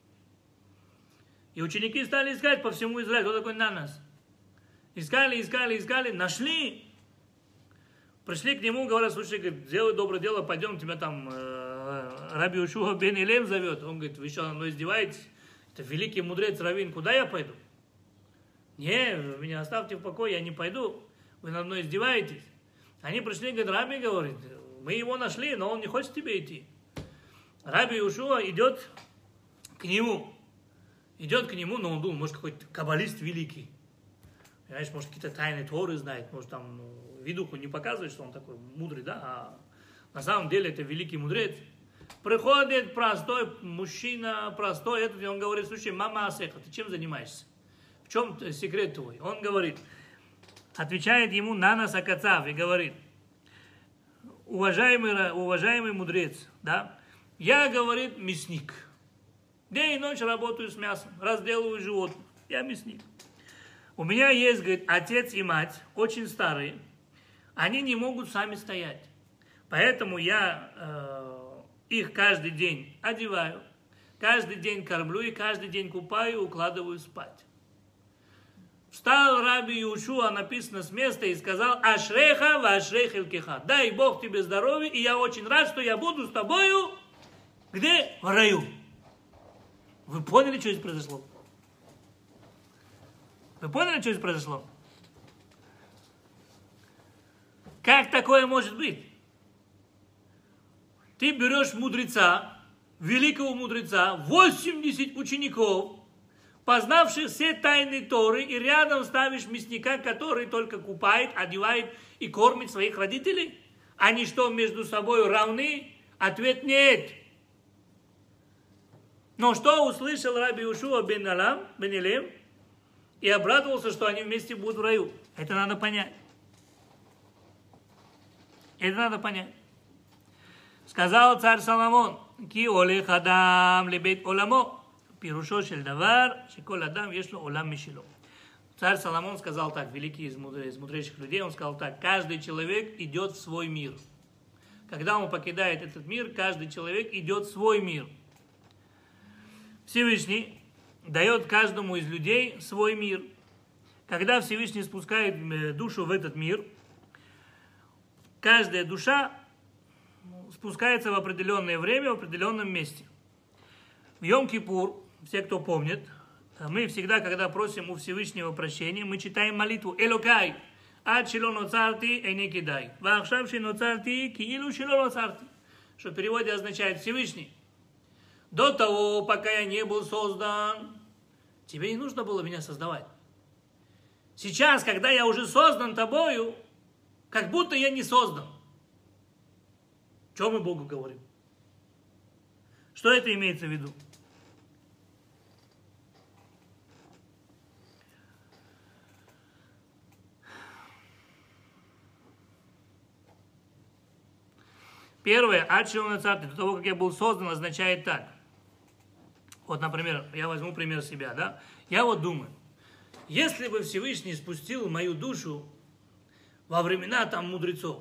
И ученики стали искать по всему Израилю, кто такой Нанас. Искали, искали, искали, нашли. Пришли к нему, говорят, слушай, говорит, делай доброе дело, пойдем, тебя там э, Раби Йошуа бен Элим зовет. Он говорит, вы что, ну издеваетесь? Это великий мудрец Равин, куда я пойду? Не, меня оставьте в покое, я не пойду. Вы над мной издеваетесь. Они пришли, говорят, Раби говорит, мы его нашли, но он не хочет тебе идти. Раби Йошуа идет к нему. Идет к нему, но он думал, может, какой-то каббалист великий. Понимаешь, может, какие-то тайны Торы знает, может, там ну, видуху не показывает, что он такой мудрый, да, а на самом деле это великий мудрец. Приходит простой мужчина, простой, этот, и он говорит, слушай, мама Асеха, ты чем занимаешься? В чем секрет твой? Он говорит, отвечает ему Нанас Акацав и говорит, уважаемый, уважаемый мудрец, да, я, говорит, мясник. День и ночь работаю с мясом, разделываю животных, я мясник. У меня есть, говорит, отец и мать, очень старые, они не могут сами стоять. Поэтому я э, их каждый день одеваю, каждый день кормлю и каждый день купаю и укладываю спать. Встал Раби Йошуа, написано с места, и сказал, Ашреха ва ашрех элькеха. Дай Бог тебе здоровья, и я очень рад, что я буду с тобою, где? В раю. Вы поняли, что здесь произошло? Вы поняли, что здесь произошло? Как такое может быть? Ты берешь мудреца, великого мудреца, восемьдесят учеников, познавших все тайны Торы, и рядом ставишь мясника, который только купает, одевает и кормит своих родителей? Они что, между собой равны? Ответ нет. Но что услышал Раби Йошуа бен Элим? И обрадовался, что они вместе будут в раю. Это надо понять. Это надо понять. Сказал царь Соломон, ки олех адам лебейт оламо, пирушо шель давар, шеколь адам ешло олам мишило. Царь Соломон сказал так, великий из, мудрейших, из мудрейших людей, он сказал так, каждый человек идет в свой мир. Когда он покидает этот мир, каждый человек идет в свой мир. Всевышний дает каждому из людей свой мир. Когда Всевышний спускает душу в этот мир, каждая душа спускается в определенное время, в определенном месте. В Йом-Кипур, все, кто помнит, мы всегда, когда просим у Всевышнего прощения, мы читаем молитву «Элокай, ад шело ноцарти эйне кидай, вахшав шело ноцарти киилу шело ноцарти», что в переводе означает «Всевышний, до того, пока я не был создан, тебе не нужно было меня создавать. Сейчас, когда я уже создан тобою, как будто я не создан». Что мы Богу говорим? Что это имеется в виду? Первое, ад шело ноцарти, до того, как я был создан, означает так. Вот, например, я возьму пример себя, да? Я вот думаю, если бы Всевышний спустил мою душу во времена там мудрецов,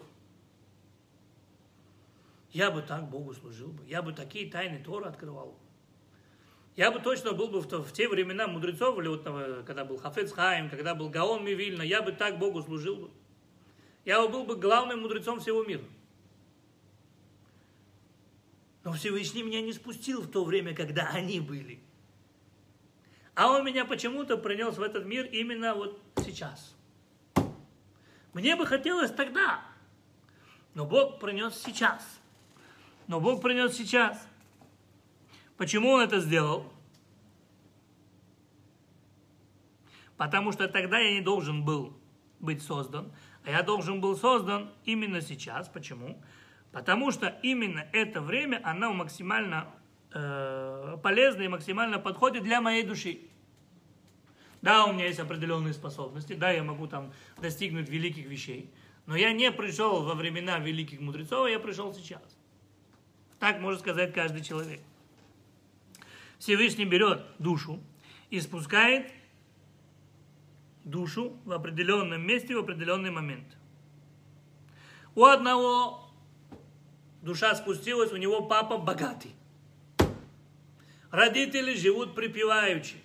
я бы так Богу служил бы, я бы такие тайны Торы открывал. Я бы точно был бы в, то, в те времена мудрецов, или вот, когда был Хафец Хаим, когда был Гаон Мивильна, я бы так Богу служил бы. Я бы был бы главным мудрецом всего мира. Но Всевышний меня не спустил в то время, когда они были. А он меня почему-то принес в этот мир именно вот сейчас. Мне бы хотелось тогда, но Бог принес сейчас. Но Бог принес сейчас. Почему он это сделал? Потому что тогда я не должен был быть создан, а я должен был создан именно сейчас. Почему? Потому что именно это время, оно максимально э, полезно и максимально подходит для моей души. Да, у меня есть определенные способности, да, я могу там достигнуть великих вещей, но я не пришел во времена великих мудрецов, я пришел сейчас. Так может сказать каждый человек. Всевышний берет душу и спускает душу в определенном месте в определенный момент. У одного душа спустилась, у него папа богатый. Родители живут припеваючи.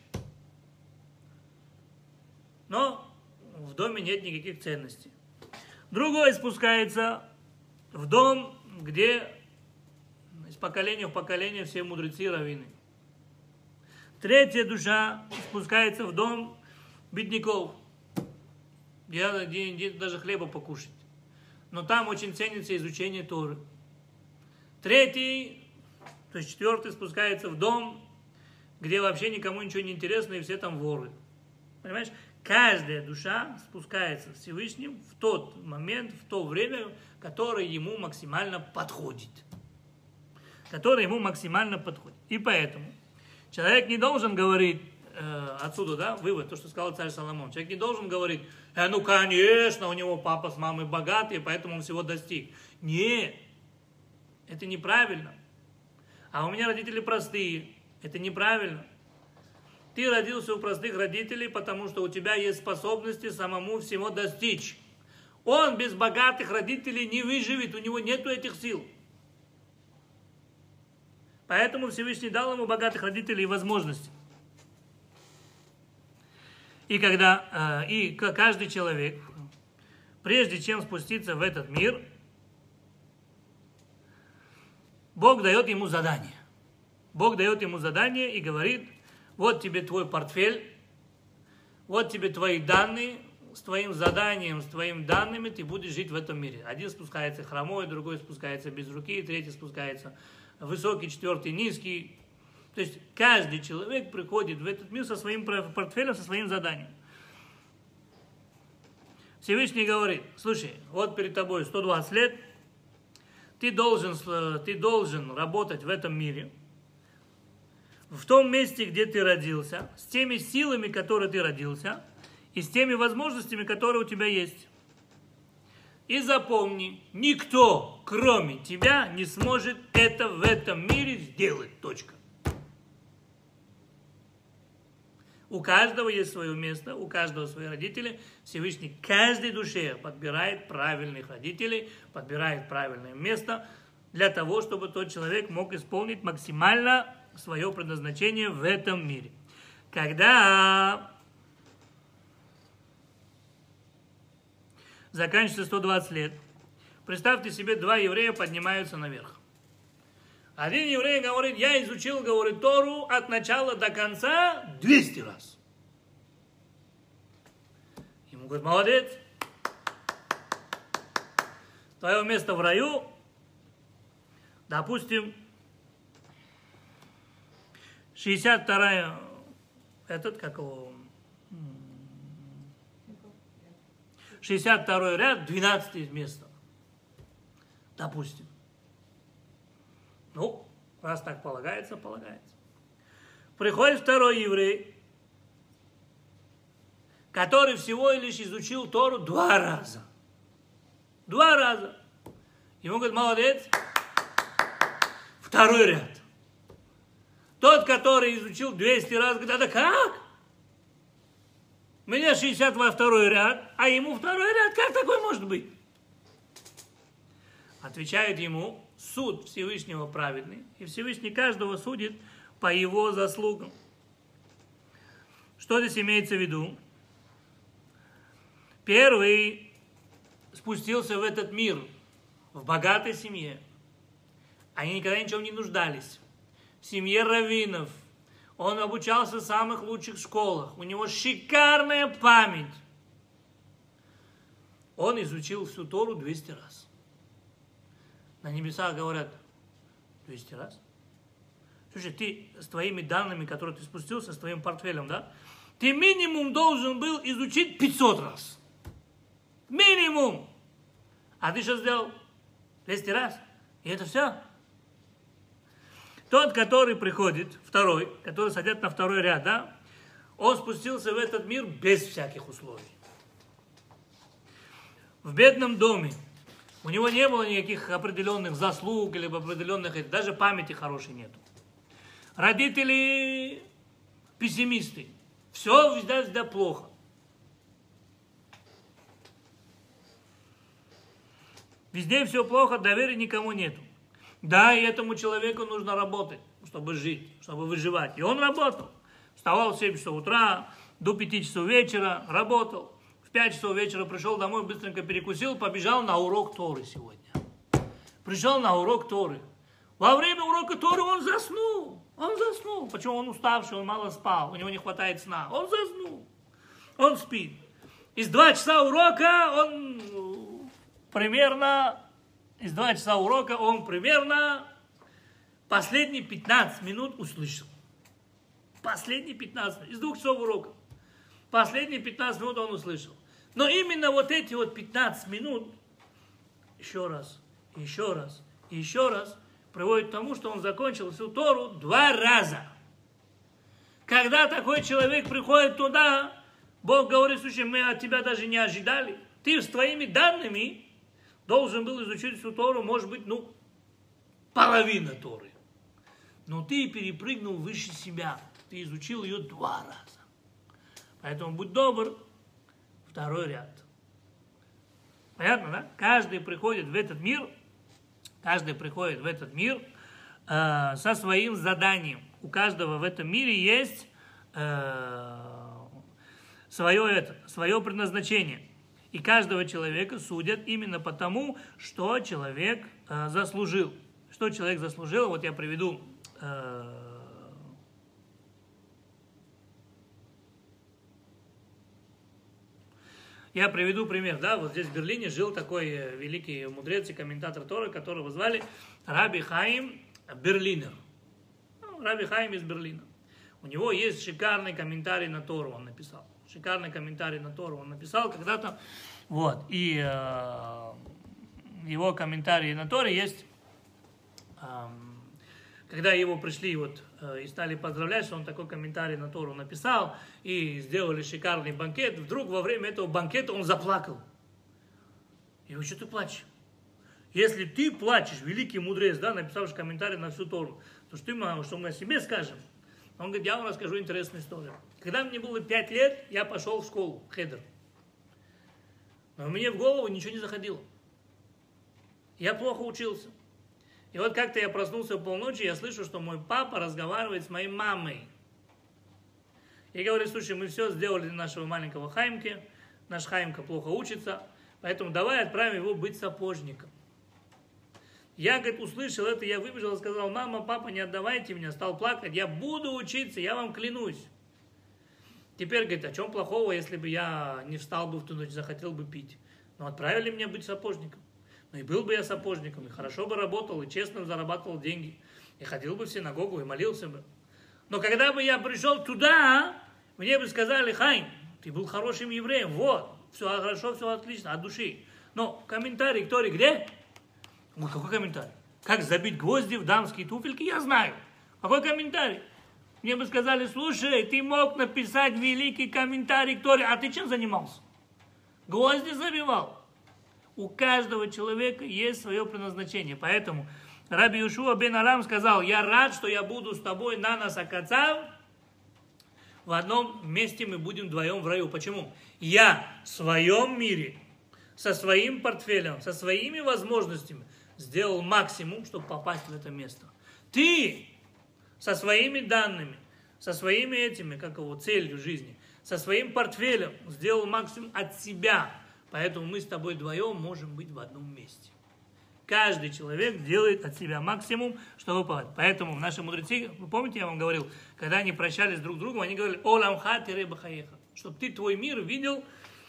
Но в доме нет никаких ценностей. Другой спускается в дом, где из поколения в поколение все мудрецы и раввины. Третья душа спускается в дом бедняков, где, где, где даже хлеба покушать. Но там очень ценится изучение Торы. Третий, то есть четвертый, спускается в дом, где вообще никому ничего не интересно, и все там воры. Понимаешь? Каждая душа спускается Всевышним в тот момент, в то время, которое ему максимально подходит. Которое ему максимально подходит. И поэтому человек не должен говорить, э, отсюда, да, вывод, то, что сказал царь Соломон. Человек не должен говорить, э, ну, конечно, у него папа с мамой богатые, поэтому он всего достиг. Нет, это неправильно. А у меня родители простые. Это неправильно. Ты родился у простых родителей, потому что у тебя есть способности самому всего достичь. Он без богатых родителей не выживет, у него нету этих сил. Поэтому Всевышний дал ему богатых родителей и возможности. И когда э, и каждый человек, прежде чем спуститься в этот мир, Бог дает ему задание. Бог дает ему задание и говорит: вот тебе твой портфель, вот тебе твои данные, с твоим заданием, с твоими данными ты будешь жить в этом мире. Один спускается хромой, другой спускается без руки, третий спускается высокий, четвертый низкий. То есть каждый человек приходит в этот мир со своим портфелем, со своим заданием. Всевышний говорит: слушай, вот перед тобой сто двадцать лет, ты должен, ты должен работать в этом мире, в том месте, где ты родился, с теми силами, которые ты родился, и с теми возможностями, которые у тебя есть. И запомни, никто, кроме тебя, не сможет это в этом мире сделать. Точка. У каждого есть свое место, у каждого свои родители. Всевышний каждой душе подбирает правильных родителей, подбирает правильное место для того, чтобы тот человек мог исполнить максимально свое предназначение в этом мире. Когда заканчивается сто двадцать лет, представьте себе, два еврея поднимаются наверх. Один еврей говорит: я изучил, говорит, Тору от начала до конца двести раз. Ему говорит: молодец, твое место в раю, допустим, шестьдесят вторая, этот, как его, шестьдесят второй ряд, двенадцатое место, допустим. Ну, раз так полагается, полагается. Приходит второй еврей, который всего лишь изучил Тору два раза. Два раза. Ему говорит: молодец, второй ряд. Тот, который изучил двести раз, говорит: а да как? У меня шестьдесят второй ряд, а ему второй ряд. Как такое может быть? Отвечает ему: суд Всевышнего праведный, и Всевышний каждого судит по его заслугам. Что здесь имеется в виду? Первый спустился в этот мир в богатой семье. Они никогда ни в чем не нуждались. В семье раввинов. Он обучался в самых лучших школах. У него шикарная память. Он изучил всю Тору двести раз. На небесах говорят: двести раз? Слушай, ты с твоими данными, которые ты спустился, с твоим портфелем, да? Ты минимум должен был изучить пятьсот раз. Минимум. А ты что сделал? двести раз. И это все. Тот, который приходит, второй, который садится на второй ряд, да, он спустился в этот мир без всяких условий. В бедном доме. У него не было никаких определенных заслуг, либо определенных, даже памяти хорошей нету. Родители пессимисты. Все всегда, всегда плохо. Везде все плохо, доверия никому нету. Да, и этому человеку нужно работать, чтобы жить, чтобы выживать. И он работал. Вставал в семь часов утра, до пяти часов вечера, работал. В пять часов вечера пришел домой, быстренько перекусил, побежал на урок Торы сегодня. Пришел на урок Торы. Во время урока Торы он заснул. Он заснул. Почему? Он уставший, он мало спал, у него не хватает сна. Он заснул. Он спит. Из два часа урока он примерно... Из два часа урока он примерно последние пятнадцать минут услышал. Последние пятнадцать минут. Из двух часов урока. Последние пятнадцать минут он услышал. Но именно вот эти вот пятнадцать минут, еще раз, еще раз, еще раз, приводит к тому, что он закончил всю Тору два раза. Когда такой человек приходит туда, Бог говорит: слушай, мы от тебя даже не ожидали. Ты с твоими данными должен был изучить всю Тору, может быть, ну, половина Торы. Но ты перепрыгнул выше себя. Ты изучил ее два раза. Поэтому будь добр, второй ряд. Понятно, да? Каждый приходит в этот мир, каждый приходит в этот мир э, со своим заданием. У каждого в этом мире есть э, свое, это, свое предназначение. И каждого человека судят именно потому, что человек э, заслужил. Что человек заслужил, вот я приведу э, я приведу пример, да, вот здесь в Берлине жил такой великий мудрец и комментатор Торы, которого звали Раби Хаим Берлинер. Ну, Раби Хаим из Берлина. У него есть шикарный комментарий на Тору, он написал. Шикарный комментарий на Тору он написал когда-то. Вот. И э, его комментарии на Торе есть, э, когда его пришли вот, э, и стали поздравлять, что он такой комментарий на Тору написал, и сделали шикарный банкет, вдруг во время этого банкета он заплакал. Я говорю: что ты плачешь? Если ты плачешь, великий мудрец, да, написавший комментарий на всю Тору, то что, ты, что мы о себе скажем? Он говорит: я вам расскажу интересную историю. Когда мне было пять лет, я пошел в школу, в хедер. Но мне в голову ничего не заходило. Я плохо учился. И вот как-то я проснулся в полночи, я слышу, что мой папа разговаривает с моей мамой. И говорит: слушай, мы все сделали для нашего маленького Хаймки, наш Хаймка плохо учится, поэтому давай отправим его быть сапожником. Я, говорит, услышал это, я выбежал и сказал: мама, папа, не отдавайте меня, стал плакать, я буду учиться, я вам клянусь. Теперь, говорит, о чем плохого, если бы я не встал бы в ту ночь, захотел бы пить? Но отправили меня быть сапожником. Ну и был бы я сапожником, и хорошо бы работал, и честно зарабатывал деньги, и ходил бы в синагогу, и молился бы. Но когда бы я пришел туда, мне бы сказали: Хайм, ты был хорошим евреем, вот, все хорошо, все отлично, от души. Но комментарий к Торе где? Ну, какой комментарий? Как забить гвозди в дамские туфельки, я знаю. Какой комментарий? Мне бы сказали: слушай, ты мог написать великий комментарий к Торе, а ты чем занимался? Гвозди забивал. У каждого человека есть свое предназначение. Поэтому Раби Йошуа бен Алам сказал: я рад, что я буду с тобой на Насакацав, В одном месте мы будем вдвоем в раю. Почему? Я в своем мире, со своим портфелем, со своими возможностями сделал максимум, чтобы попасть в это место. Ты со своими данными, со своими этими, как его, целью жизни, со своим портфелем сделал максимум от себя. Поэтому мы с тобой вдвоем можем быть в одном месте. Каждый человек делает от себя максимум, чтобы попасть. Поэтому наши мудрецы, вы помните, я вам говорил, когда они прощались друг с другом, они говорили: «Оламха тире бахаеха», чтобы ты твой мир видел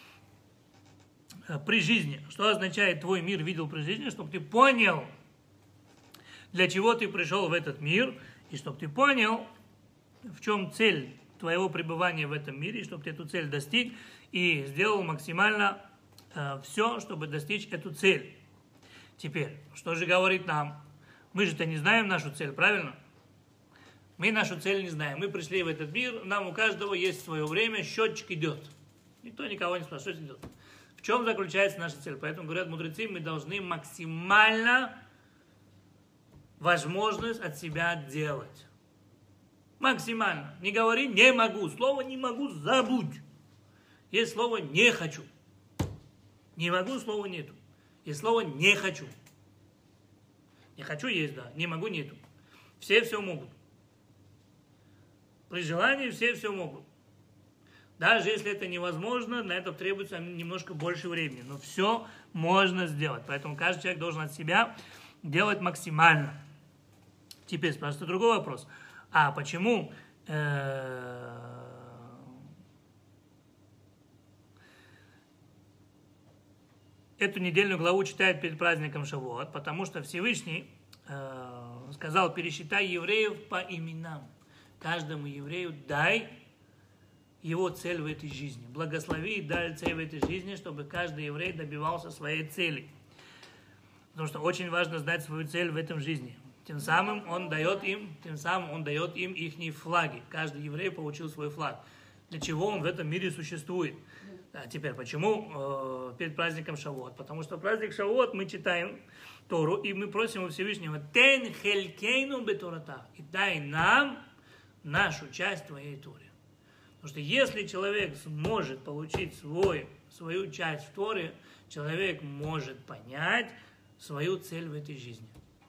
при жизни. Что означает твой мир видел при жизни? Чтобы ты понял, для чего ты пришел в этот мир, и чтобы ты понял, в чем цель твоего пребывания в этом мире, и чтобы ты эту цель достиг, и сделал максимально э, все, чтобы достичь эту цель. Теперь, что же говорит нам? Мы же-то не знаем нашу цель, правильно? Мы нашу цель не знаем. Мы пришли в этот мир, нам у каждого есть свое время, счетчик идет. Никто никого не спрашивает, что идет. В чем заключается наша цель? Поэтому, говорят мудрецы, мы должны максимально возможность от себя делать. Максимально. Не говори «не могу». Слово «не могу» забудь. Есть слово «не хочу». Не могу, слова нету. Есть слово «не хочу». Не хочу есть, да. Не могу, нету. Все все могут. При желании все все могут. Даже если это невозможно, на это требуется немножко больше времени. Но все можно сделать. Поэтому каждый человек должен от себя делать максимально. Теперь спрашивается другой вопрос. А почему э, эту недельную главу читают перед праздником Шавуот? Потому что Всевышний э, сказал: пересчитай евреев по именам. Каждому еврею дай его цель в этой жизни. Благослови и дай цель в этой жизни, чтобы каждый еврей добивался своей цели. Потому что очень важно знать свою цель в этом жизни. Тем самым он дает им, тем самым он дает им их флаги. Каждый еврей получил свой флаг. Для чего он в этом мире существует? А теперь, почему э, перед праздником Шавуот? Потому что праздник Шавуот мы читаем Тору, и мы просим у Всевышнего: «Тен хелькейну беторатах», и дай нам нашу часть в твоей Торе. Потому что если человек сможет получить свой, свою часть в Торе, человек может понять свою цель в этой жизни.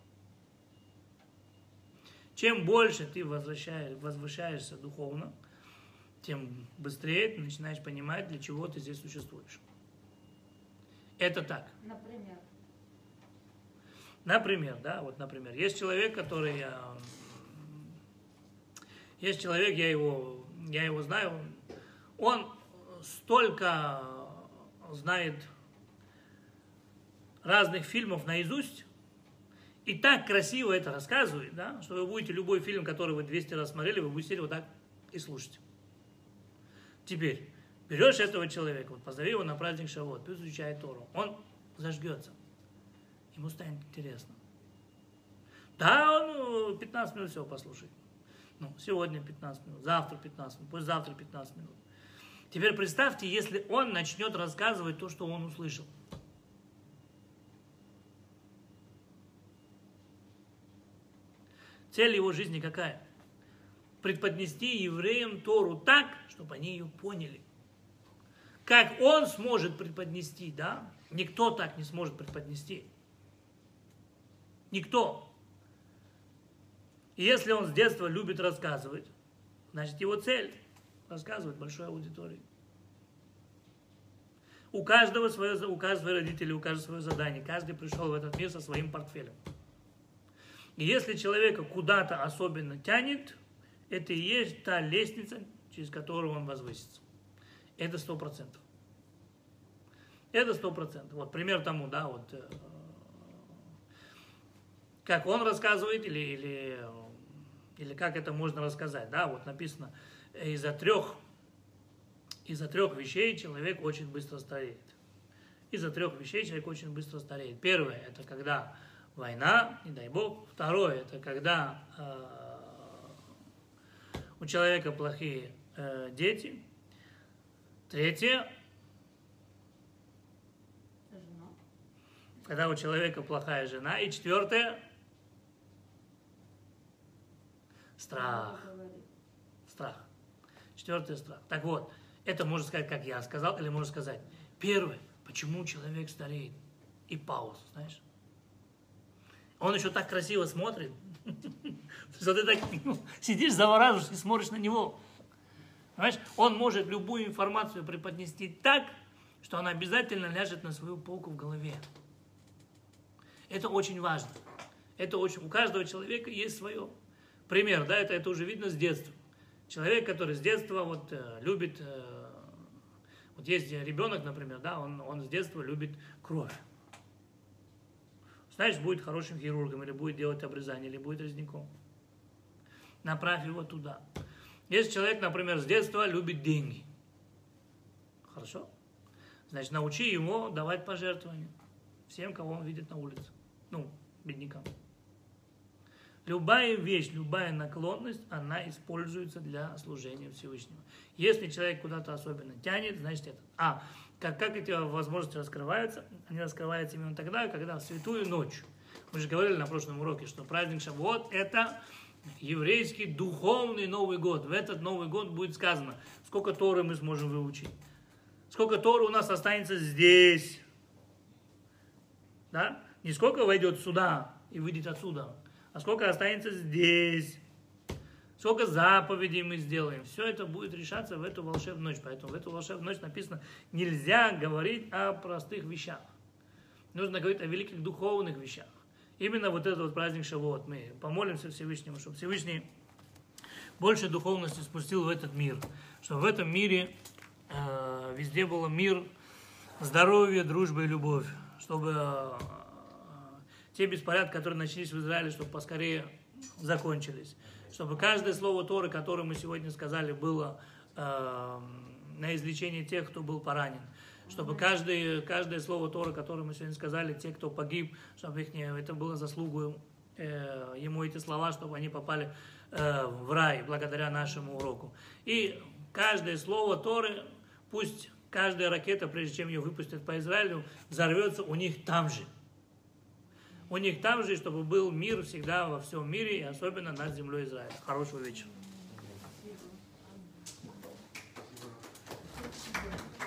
Чем больше ты возвращаешь, возвышаешься духовно, тем быстрее ты начинаешь понимать, для чего ты здесь существуешь. Это так. Например. Например, да, вот, например, есть человек, который, э, есть человек, я его, я его знаю, он столько знает разных фильмов наизусть, и так красиво это рассказывает, да, что вы будете любой фильм, который вы двести раз смотрели, вы будете вот так и слушать. Теперь, берешь этого человека, вот позови его на праздник Шавуот, пусть изучает Тору, он зажгется, ему станет интересно. Да, он пятнадцать минут всего послушает. Ну, сегодня пятнадцать минут, завтра пятнадцать минут, послезавтра пятнадцать минут. Теперь представьте, если он начнет рассказывать то, что он услышал. Цель его жизни какая? Преподнести евреям Тору так, чтобы они ее поняли. Как он сможет преподнести, да? Никто так не сможет преподнести. Никто. И если он с детства любит рассказывать, значит его цель – рассказывать большой аудитории. У каждого свое, у каждого родителя, у каждого свое задание. Каждый пришел в этот мир со своим портфелем. И если человека куда-то особенно тянет, это и есть та лестница, через которую он возвысится. Это сто процентов. Это сто процентов. Вот пример тому, да, вот э, как он рассказывает, или, или, или как это можно рассказать, да, вот написано: из-за трех, из-за трех вещей человек очень быстро стареет. Из-за трех вещей человек очень быстро стареет. Первое, это когда война, не дай бог. Второе, это когда э, у человека плохие э, дети. Третье, Жена. когда у человека плохая жена. И четвертое, страх. Страх. Четвертый страх. Так вот, это можно сказать, как я сказал, или можно сказать, первый, почему человек стареет? И пауза, знаешь. Он еще так красиво смотрит, что ты так сидишь, завораживаешься и смотришь на него. Понимаешь? Он может любую информацию преподнести так, что она обязательно ляжет на свою полку в голове. Это очень важно. Это очень, у каждого человека есть свое. Пример, да, это, это уже видно с детства. Человек, который с детства вот, э, любит, э, вот есть ребенок, например, да, он, он с детства любит кровь. Значит, будет хорошим хирургом, или будет делать обрезание, или будет резняком. Направь его туда. Если человек, например, с детства любит деньги, хорошо? Значит, научи его давать пожертвования всем, кого он видит на улице. Ну, беднякам. Любая вещь, любая наклонность, она используется для служения Всевышнего. Если человек куда-то особенно тянет, значит это. А, как, как эти возможности раскрываются? Они раскрываются именно тогда, когда в святую ночь. Мы же говорили на прошлом уроке, что праздник Шавуот – это еврейский духовный Новый год. В этот Новый год будет сказано, сколько Торы мы сможем выучить. Сколько Торы у нас останется здесь. Да? Не сколько войдет сюда и выйдет отсюда, а сколько останется здесь. Сколько заповедей мы сделаем. Все это будет решаться в эту волшебную ночь. Поэтому в эту волшебную ночь написано, нельзя говорить о простых вещах. Нужно говорить о великих духовных вещах. Именно вот этот вот праздник Шавуот. Мы помолимся Всевышнему, чтобы Всевышний больше духовности спустил в этот мир. Чтобы в этом мире э, везде был мир, здоровье, дружба и любовь. Чтобы э, те беспорядки, которые начались в Израиле, чтобы поскорее закончились. Чтобы каждое слово Торы, которое мы сегодня сказали, было э, на излечение тех, кто был поранен. Чтобы каждое, каждое слово Торы, которое мы сегодня сказали, те, кто погиб, чтобы их не, это было заслугой э, ему эти слова, чтобы они попали э, в рай благодаря нашему уроку. И каждое слово Торы, пусть каждая ракета, прежде чем ее выпустят по Израилю, взорвется у них там же. У них там же, чтобы был мир всегда во всем мире, и особенно над землей Израиля. Хорошего вечера.